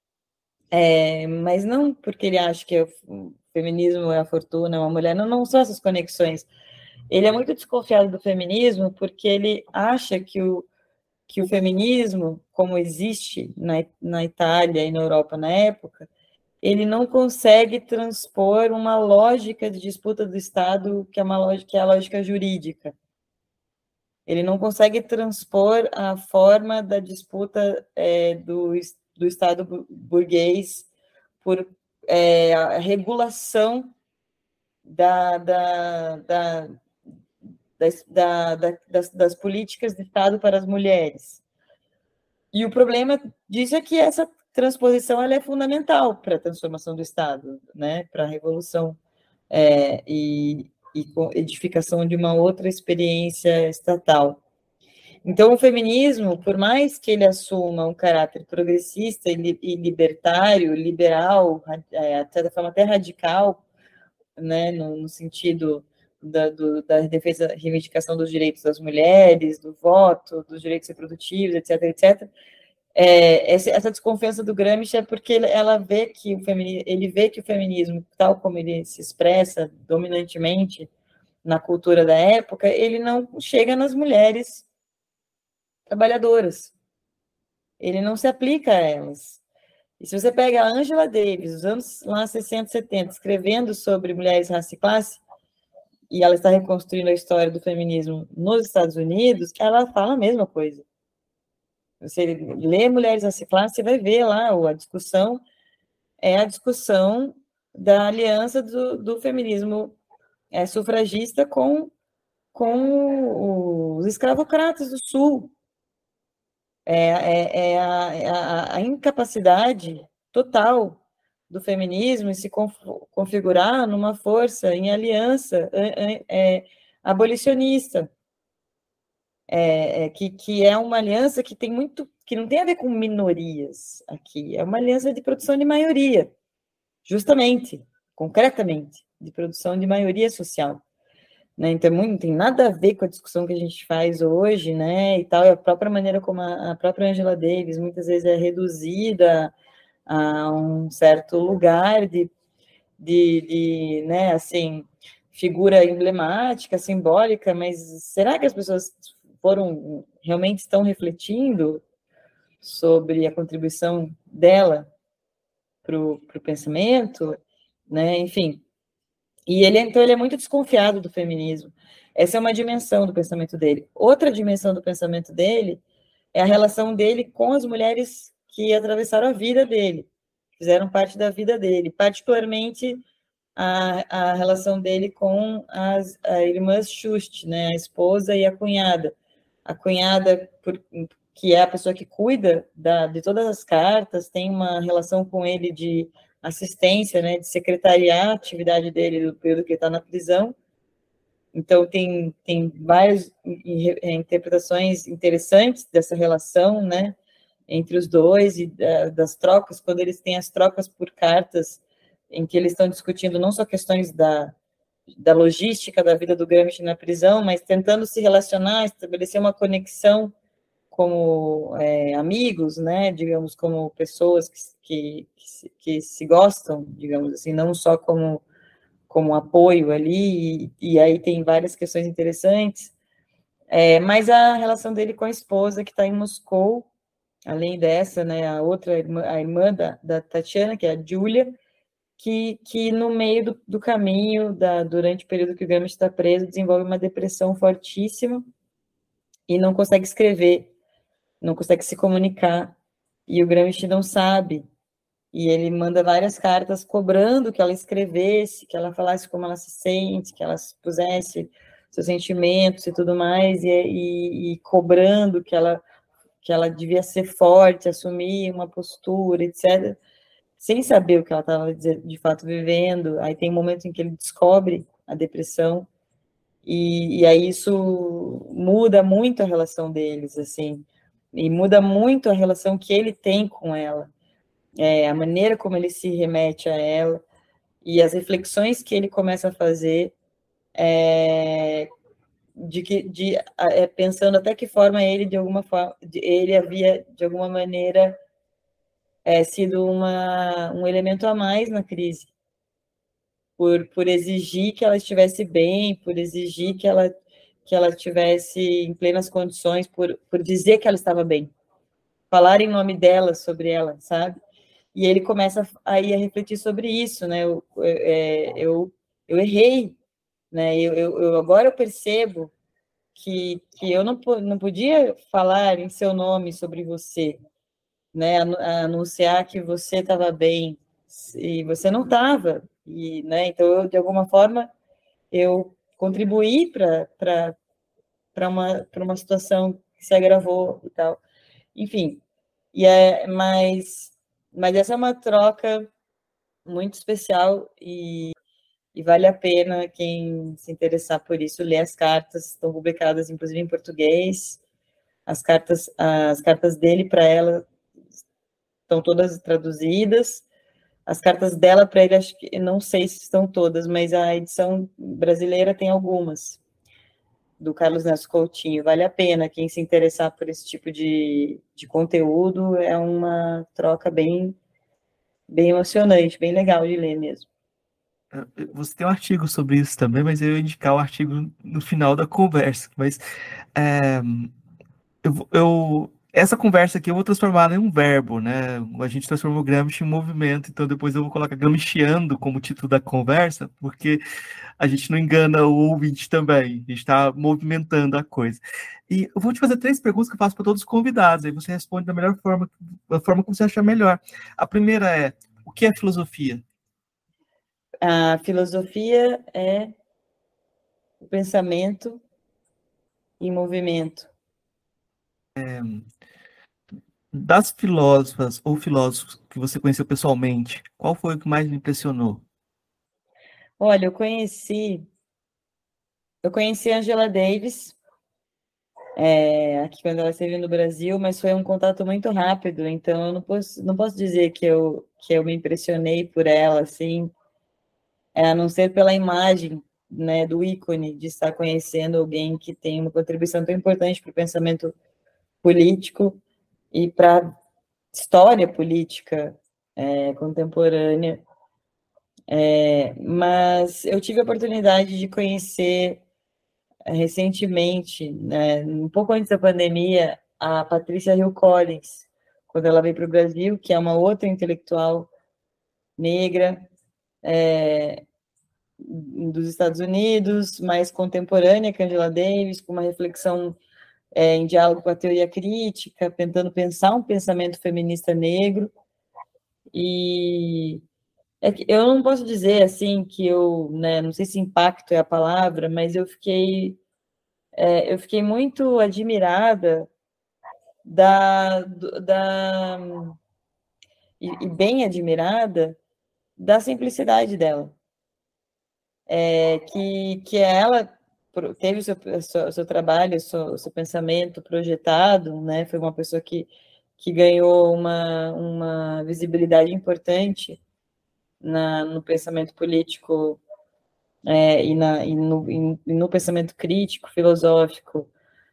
mas não porque ele acha que o feminismo é a fortuna, é uma mulher, não são essas conexões. Ele é muito desconfiado do feminismo porque ele acha que o feminismo, como existe na Itália e na Europa na época, ele não consegue transpor uma lógica de disputa do Estado que é uma lógica, que é a lógica jurídica. Ele não consegue transpor a forma da disputa do Estado burguês por a regulação da, da, da, das políticas de Estado para as mulheres. E o problema disso é que essa transposição ela é fundamental para a transformação do Estado, né, para a revolução e edificação de uma outra experiência estatal. Então, o feminismo, por mais que ele assuma um caráter progressista e libertário, liberal, de certa forma até radical, né, no sentido da defesa, reivindicação dos direitos das mulheres, do voto, dos direitos reprodutivos, etc., etc., essa desconfiança do Gramsci é porque ela vê que ele vê que o feminismo, tal como ele se expressa dominantemente na cultura da época, ele não chega nas mulheres trabalhadoras. Ele não se aplica a elas. E se você pega a Angela Davis, os anos lá 60, 70, escrevendo sobre mulheres, raça e classe, e ela está reconstruindo a história do feminismo nos Estados Unidos, ela fala a mesma coisa. Você lê Mulheres, Raça e Classe, você vai ver lá a discussão, é a discussão da aliança do feminismo sufragista com os escravocratas do Sul. A incapacidade total do feminismo em se configurar numa força em aliança abolicionista, que é uma aliança que tem muito, que não tem a ver com minorias aqui, é uma aliança de produção de maioria, justamente, concretamente, de produção de maioria social. Né? Então, não tem nada a ver com a discussão que a gente faz hoje, né, e tal, e a própria maneira como a própria Angela Davis muitas vezes é reduzida a um certo lugar né, assim, figura emblemática, simbólica, mas será que as pessoas realmente estão refletindo sobre a contribuição dela para o pensamento, né, enfim, então ele é muito desconfiado do feminismo. Essa é uma dimensão do pensamento dele. Outra dimensão do pensamento dele é a relação dele com as mulheres que atravessaram a vida dele, fizeram parte da vida dele, particularmente a relação dele com as irmãs Schust, né, a esposa e a cunhada. A cunhada, que é a pessoa que cuida de todas as cartas, tem uma relação com ele de assistência, né, de secretariar a atividade dele do período que ele está na prisão. Então, tem várias interpretações interessantes dessa relação, né, entre os dois e das trocas, quando eles têm as trocas por cartas, em que eles estão discutindo não só questões da logística da vida do Gramsci na prisão, mas tentando se relacionar, estabelecer uma conexão como amigos, né, digamos, como pessoas que se gostam, digamos assim, não só como apoio ali, e aí tem várias questões interessantes, mas a relação dele com a esposa que está em Moscou, além dessa, né, a outra irmã, a irmã da Tatiana, que é a Júlia, que no meio do caminho, durante o período que o Gramsci está preso, desenvolve uma depressão fortíssima e não consegue escrever, não consegue se comunicar, e o Gramsci não sabe, e ele manda várias cartas cobrando que ela escrevesse, que ela falasse como ela se sente, que ela expusesse seus sentimentos e tudo mais, e cobrando que ela devia ser forte, assumir uma postura, etc., sem saber o que ela estava de fato vivendo. Aí tem um momento em que ele descobre a depressão, e aí isso muda muito a relação deles, assim, e muda muito a relação que ele tem com ela, a maneira como ele se remete a ela, e as reflexões que ele começa a fazer pensando até que forma ele, de alguma forma, ele havia, de alguma maneira, sido um elemento a mais na crise, por exigir que ela estivesse bem, por exigir que ela estivesse em plenas condições, por dizer que ela estava bem, falar em nome dela, sobre ela, sabe? E ele começa aí a refletir sobre isso, né? Eu errei, né? Agora eu percebo que eu não podia falar em seu nome sobre você, né? Anunciar que você estava bem e você não estava, e, né? Então, de alguma forma, eu contribuí para uma situação que se agravou e tal. Enfim, mas essa é uma troca muito especial e vale a pena quem se interessar por isso ler as cartas, estão publicadas inclusive em português. As cartas dele para ela estão todas traduzidas. As cartas dela para ele, acho que não sei se estão todas, mas a edição brasileira tem algumas, do Carlos Neto Coutinho. Vale a pena quem se interessar por esse tipo de conteúdo, é uma troca bem emocionante, bem legal de ler mesmo. Você tem um artigo sobre isso também, mas eu ia indicar o artigo no final da conversa. Mas é, essa conversa aqui eu vou transformar em um verbo, né? A gente transformou o Gramsci em movimento, então depois eu vou colocar Gramsciando como título da conversa, porque a gente não engana o ouvinte também, a gente está movimentando a coisa. E eu vou te fazer 3 perguntas que eu faço para todos os convidados, aí você responde da melhor forma, da forma como você achar melhor. A primeira é: o que é filosofia? A filosofia é o pensamento em movimento. Das filósofas ou filósofos que você conheceu pessoalmente, qual foi o que mais me impressionou? Olha, eu conheci a Angela Davis, aqui quando ela esteve no Brasil, mas foi um contato muito rápido, então eu não posso dizer que eu me impressionei por ela, assim, a não ser pela imagem, né, do ícone, de estar conhecendo alguém que tem uma contribuição tão importante para o pensamento político e para a história política contemporânea. Mas eu tive a oportunidade de conhecer recentemente, né, um pouco antes da pandemia, a Patrícia Hill Collins, quando ela veio para o Brasil, que é uma outra intelectual negra dos Estados Unidos, mais contemporânea que Angela Davis, com uma reflexão em diálogo com a teoria crítica, tentando pensar um pensamento feminista negro. E eu não posso dizer assim que eu, né, não sei se impacto é a palavra, mas eu fiquei muito admirada da e bem admirada da simplicidade dela. Que ela teve o seu trabalho, o seu pensamento projetado, né? Foi uma pessoa que ganhou uma visibilidade importante no pensamento político e no pensamento crítico, filosófico,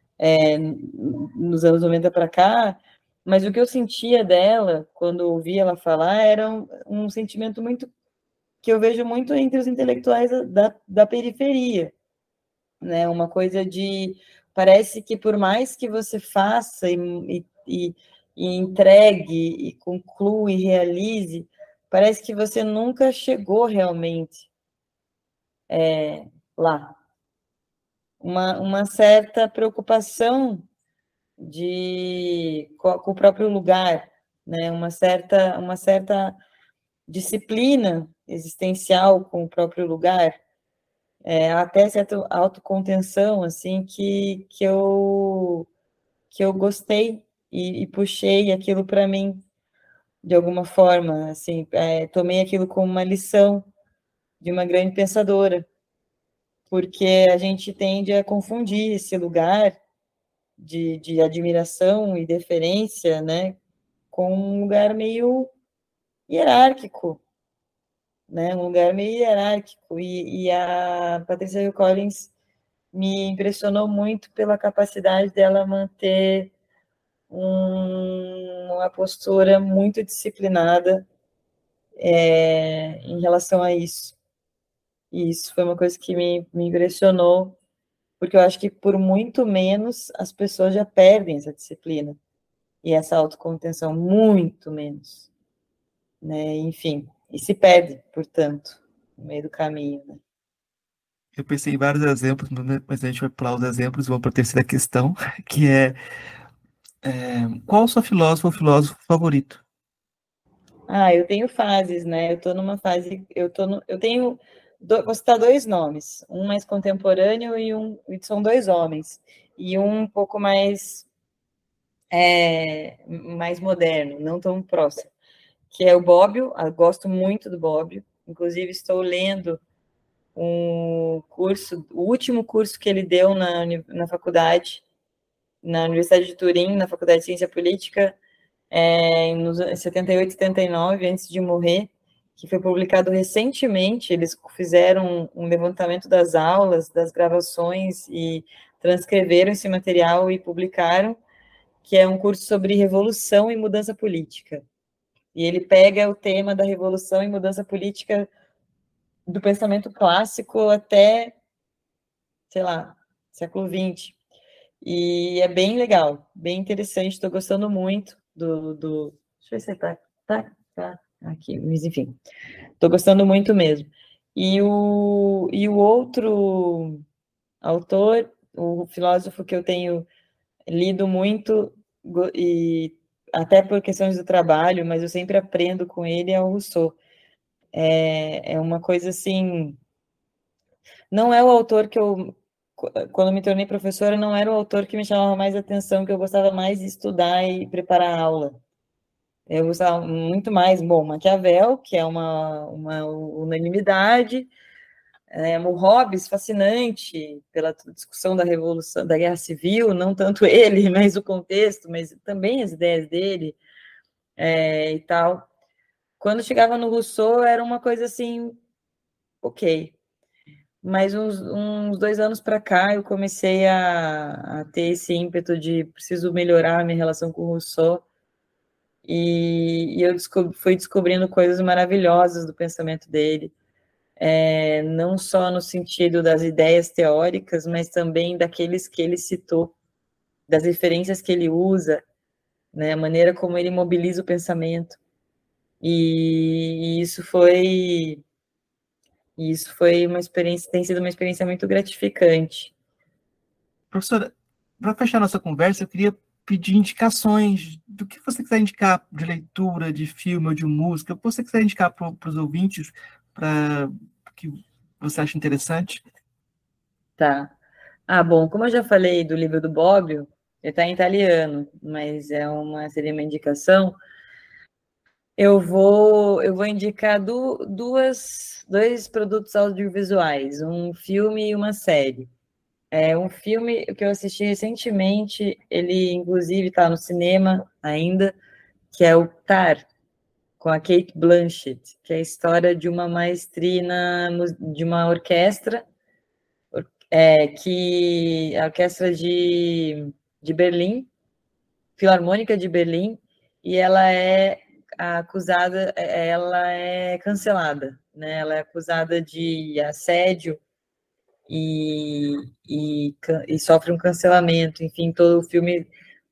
nos anos 90 para cá, mas o que eu sentia dela, quando eu ouvia ela falar, era um sentimento muito que eu vejo muito entre os intelectuais da periferia, né? Uma coisa de parece que por mais que você faça e entregue e conclua e realize, parece que você nunca chegou realmente lá. Uma certa preocupação com o próprio lugar, né? Uma certa disciplina existencial com o próprio lugar, até certa autocontenção, assim, que eu gostei e puxei aquilo para mim de alguma forma, assim, tomei aquilo como uma lição de uma grande pensadora, porque a gente tende a confundir esse lugar de admiração e deferência, né, com um lugar meio hierárquico, né, um lugar meio hierárquico, e a Patricia Hill Collins me impressionou muito pela capacidade dela manter uma postura muito disciplinada em relação a isso. E isso foi uma coisa que me impressionou, porque eu acho que por muito menos as pessoas já perdem essa disciplina e essa autocontenção, muito menos, né? Enfim, e se perde, portanto, no meio do caminho, né? Eu pensei em vários exemplos, mas a gente vai pular os exemplos e vamos para a terceira questão, que qual o seu filósofo ou filósofo favorito? Eu tenho fases, né? Eu estou numa fase, eu tenho, vou citar dois nomes, um mais contemporâneo e são dois homens, e um pouco mais moderno, não tão próximo, que é o Bobbio. Eu gosto muito do Bobbio, inclusive estou lendo o último curso que ele deu na faculdade, na Universidade de Turim, na Faculdade de Ciência Política, nos 78, 79, antes de morrer, que foi publicado recentemente. Eles fizeram um levantamento das aulas, das gravações e transcreveram esse material e publicaram, que é um curso sobre revolução e mudança política. E ele pega o tema da revolução e mudança política do pensamento clássico até, sei lá, século XX. E é bem legal, bem interessante, estou gostando muito do. Deixa eu ver se tá aqui, mas enfim, estou gostando muito mesmo. E o outro autor, o filósofo que eu tenho lido muito, e até por questões do trabalho, mas eu sempre aprendo com ele, é o Rousseau. É uma coisa assim. Não é o autor que eu, quando me tornei professora, não era o autor que me chamava mais atenção, que eu gostava mais de estudar e preparar a aula. Eu gostava muito mais, bom, Maquiavel, que é uma unanimidade, o Hobbes, fascinante pela discussão da Revolução, da Guerra Civil, não tanto ele, mas o contexto, mas também as ideias dele, e tal. Quando chegava no Rousseau, era uma coisa assim, ok. Mas uns 2 anos para cá, eu comecei a ter esse ímpeto de preciso melhorar a minha relação com o Rousseau, e eu fui descobrindo coisas maravilhosas do pensamento dele, não só no sentido das ideias teóricas, mas também daqueles que ele citou, das referências que ele usa, né, a maneira como ele mobiliza o pensamento. E isso foi uma experiência, tem sido uma experiência muito gratificante. Professora, para fechar nossa conversa, eu queria pedir indicações do que você quiser indicar de leitura, de filme ou de música, o que você quiser indicar para os ouvintes, para que você acha interessante. Tá. Bom, como eu já falei do livro do Bobbio, ele está em italiano, mas seria uma indicação. Eu vou indicar dois produtos audiovisuais, um filme e uma série. Um filme que eu assisti recentemente, ele inclusive está no cinema ainda, que é o Tar, com a Cate Blanchett, que é a história de uma maestrina de uma orquestra, que a orquestra de Berlim, Filarmônica de Berlim, e ela é cancelada, né? Ela é acusada de assédio e sofre um cancelamento. Enfim, todo o filme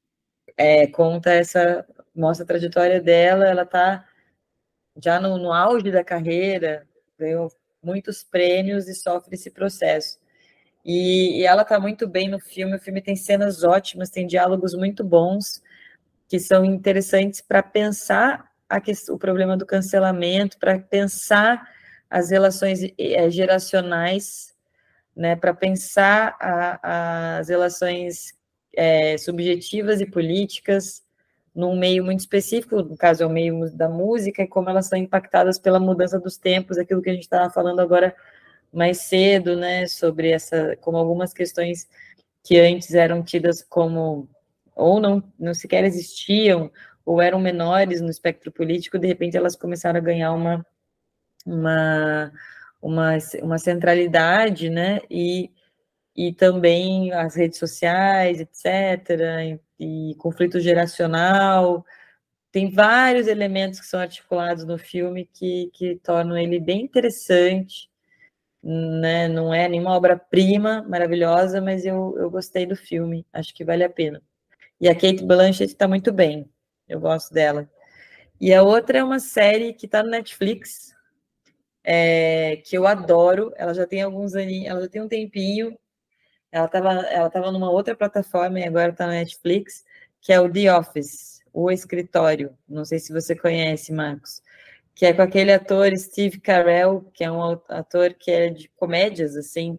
mostra a trajetória dela. Ela está já no auge da carreira, ganhou muitos prêmios e sofre esse processo. E ela está muito bem no filme. O filme tem cenas ótimas, tem diálogos muito bons, que são interessantes para pensar o problema do cancelamento, para pensar as relações geracionais, né, para pensar as relações subjetivas e políticas num meio muito específico, no caso é o meio da música, e como elas são impactadas pela mudança dos tempos, aquilo que a gente estava falando agora mais cedo, né, sobre como algumas questões que antes eram tidas como, ou não sequer existiam, ou eram menores no espectro político, de repente elas começaram a ganhar uma centralidade, né, e e também as redes sociais, etc., e conflito geracional. Tem vários elementos que são articulados no filme que tornam ele bem interessante, né? Não é nenhuma obra-prima maravilhosa, mas eu gostei do filme, acho que vale a pena. E a Cate Blanchett está muito bem, eu gosto dela. E a outra é uma série que está no Netflix, que eu adoro, ela já tem alguns aninhos, ela já tem um tempinho, ela tava numa outra plataforma e agora está na Netflix, que é o The Office, O Escritório. Não sei se você conhece, Marcos. Que é com aquele ator Steve Carell, que é um ator que é de comédias, assim,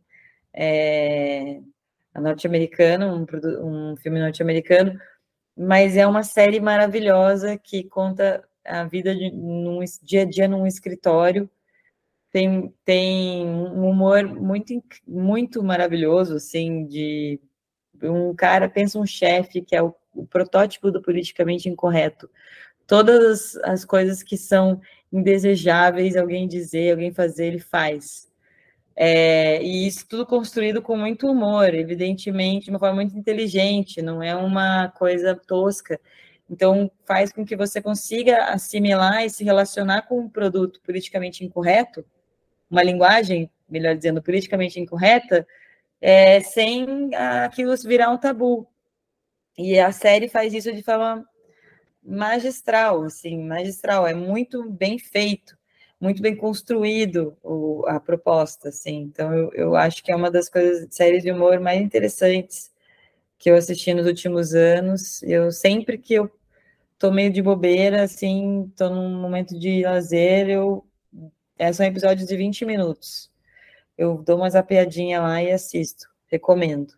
norte-americano, um filme norte-americano, mas é uma série maravilhosa que conta a vida num dia a dia num escritório. Tem um humor muito maravilhoso, assim, de um cara, pensa um chefe que é o protótipo do politicamente incorreto. Todas as coisas que são indesejáveis alguém dizer, alguém fazer, ele faz. E isso tudo construído com muito humor, evidentemente, de uma forma muito inteligente, não é uma coisa tosca. Então, faz com que você consiga assimilar e se relacionar com um produto politicamente incorreto, uma linguagem, melhor dizendo, politicamente incorreta, sem aquilo virar um tabu. E a série faz isso de forma magistral, assim, magistral. É muito bem feito, muito bem construído a proposta, assim. Então, eu acho que é uma das séries de humor mais interessantes que eu assisti nos últimos anos. Eu sempre que eu tô meio de bobeira, assim, tô num momento de lazer, são episódios de 20 minutos. Eu dou uma zapeadinha lá e assisto. Recomendo.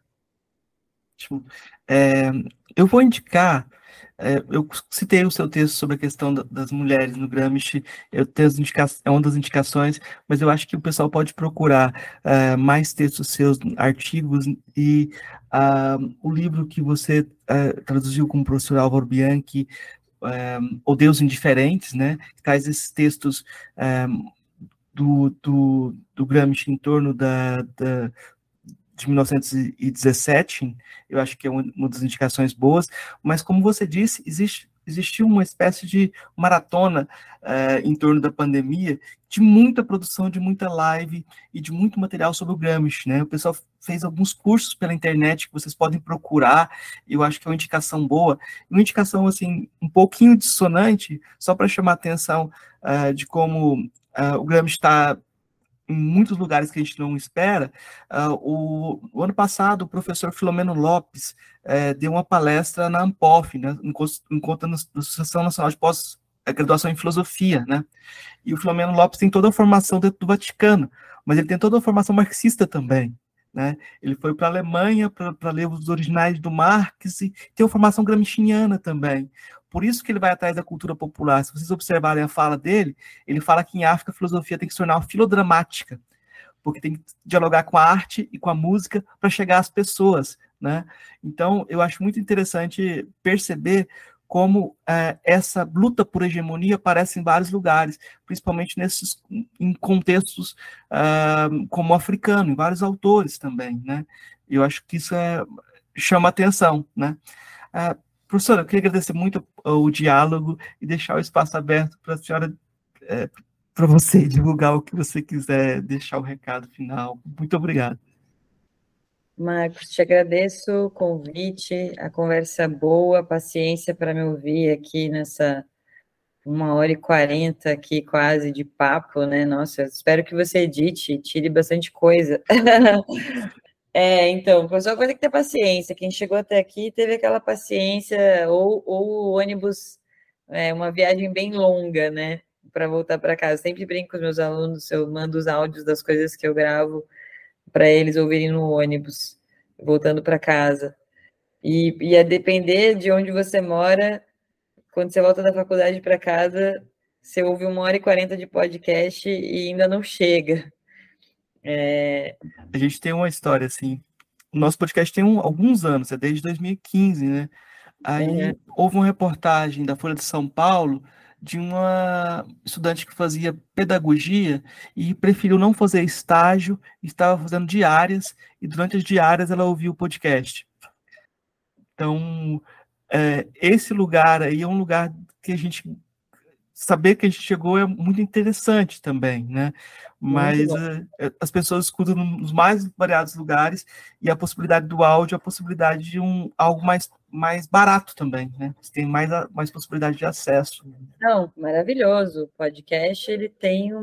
É, eu vou indicar, eu citei o seu texto sobre a questão das mulheres no Gramsci, eu tenho é uma das indicações, mas eu acho que o pessoal pode procurar mais textos seus, artigos, e o livro que você traduziu com o professor Álvaro Bianchi, O Deus Indiferentes, né, que traz esses textos do Gramsci em torno de 1917, eu acho que é uma das indicações boas, mas como você disse, existiu uma espécie de maratona em torno da pandemia, de muita produção, de muita live e de muito material sobre o Gramsci, né? O pessoal fez alguns cursos pela internet que vocês podem procurar, eu acho que é uma indicação boa, uma indicação, assim, um pouquinho dissonante, só para chamar a atenção de como o Gramsci está em muitos lugares que a gente não espera. O ano passado, o professor Filomeno Lopes deu uma palestra na ANPOF, né, enquanto na Associação Nacional de Pós-Graduação em Filosofia, né? E o Filomeno Lopes tem toda a formação dentro do Vaticano, mas ele tem toda a formação marxista também, né? Ele foi para a Alemanha para ler os originais do Marx e tem uma formação gramsciana também. Por isso que ele vai atrás da cultura popular. Se vocês observarem a fala dele, ele fala que em África a filosofia tem que se tornar uma filodramática, porque tem que dialogar com a arte e com a música para chegar às pessoas, né? Então, eu acho muito interessante perceber como essa luta por hegemonia aparece em vários lugares, principalmente em contextos como o africano, em vários autores também, né? Eu acho que isso chama atenção, né? Professora, eu queria agradecer muito o diálogo e deixar o espaço aberto para a senhora, para você divulgar o que você quiser, deixar o recado final. Muito obrigado. Marcos, te agradeço o convite, a conversa boa, a paciência para me ouvir aqui nessa 1h40 aqui quase de papo, né? Nossa, eu espero que você edite e tire bastante coisa. Então, pessoal, vai ter que ter paciência. Quem chegou até aqui teve aquela paciência, ou o ônibus, uma viagem bem longa, né? Para voltar para casa. Eu sempre brinco com os meus alunos, eu mando os áudios das coisas que eu gravo para eles ouvirem no ônibus, voltando para casa. E a depender de onde você mora, quando você volta da faculdade para casa, você ouve 1h40 de podcast e ainda não chega. A gente tem uma história, assim, o nosso podcast tem alguns anos, desde 2015, né? Aí houve uma reportagem da Folha de São Paulo de uma estudante que fazia pedagogia e preferiu não fazer estágio, estava fazendo diárias, e durante as diárias ela ouviu o podcast. Então, esse lugar aí é um lugar que a gente saber que a gente chegou é muito interessante também, né? Muito Mas bom. as pessoas escutam nos mais variados lugares e a possibilidade do áudio, a possibilidade de algo mais barato também, né? Você tem mais possibilidade de acesso. Não, maravilhoso. O podcast ele tem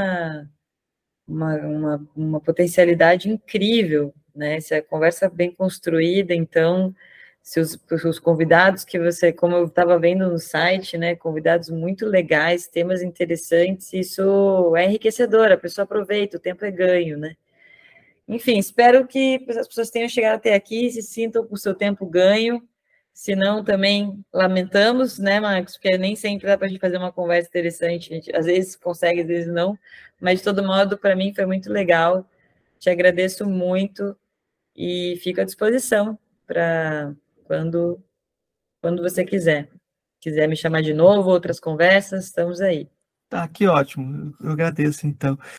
uma potencialidade incrível, né? Se a conversa é bem construída, então, se os convidados que você, como eu estava vendo no site, né? Convidados muito legais, temas interessantes, isso é enriquecedor, a pessoa aproveita, o tempo é ganho, né? Enfim, espero que as pessoas tenham chegado até aqui e se sintam com o seu tempo ganho. Se não, também lamentamos, né, Marcos? Porque nem sempre dá para a gente fazer uma conversa interessante. A gente, às vezes consegue, às vezes não. Mas, de todo modo, para mim foi muito legal. Te agradeço muito e fico à disposição para quando, quando você quiser. Quiser me chamar de novo, outras conversas, estamos aí. Tá, que ótimo. Eu agradeço, então.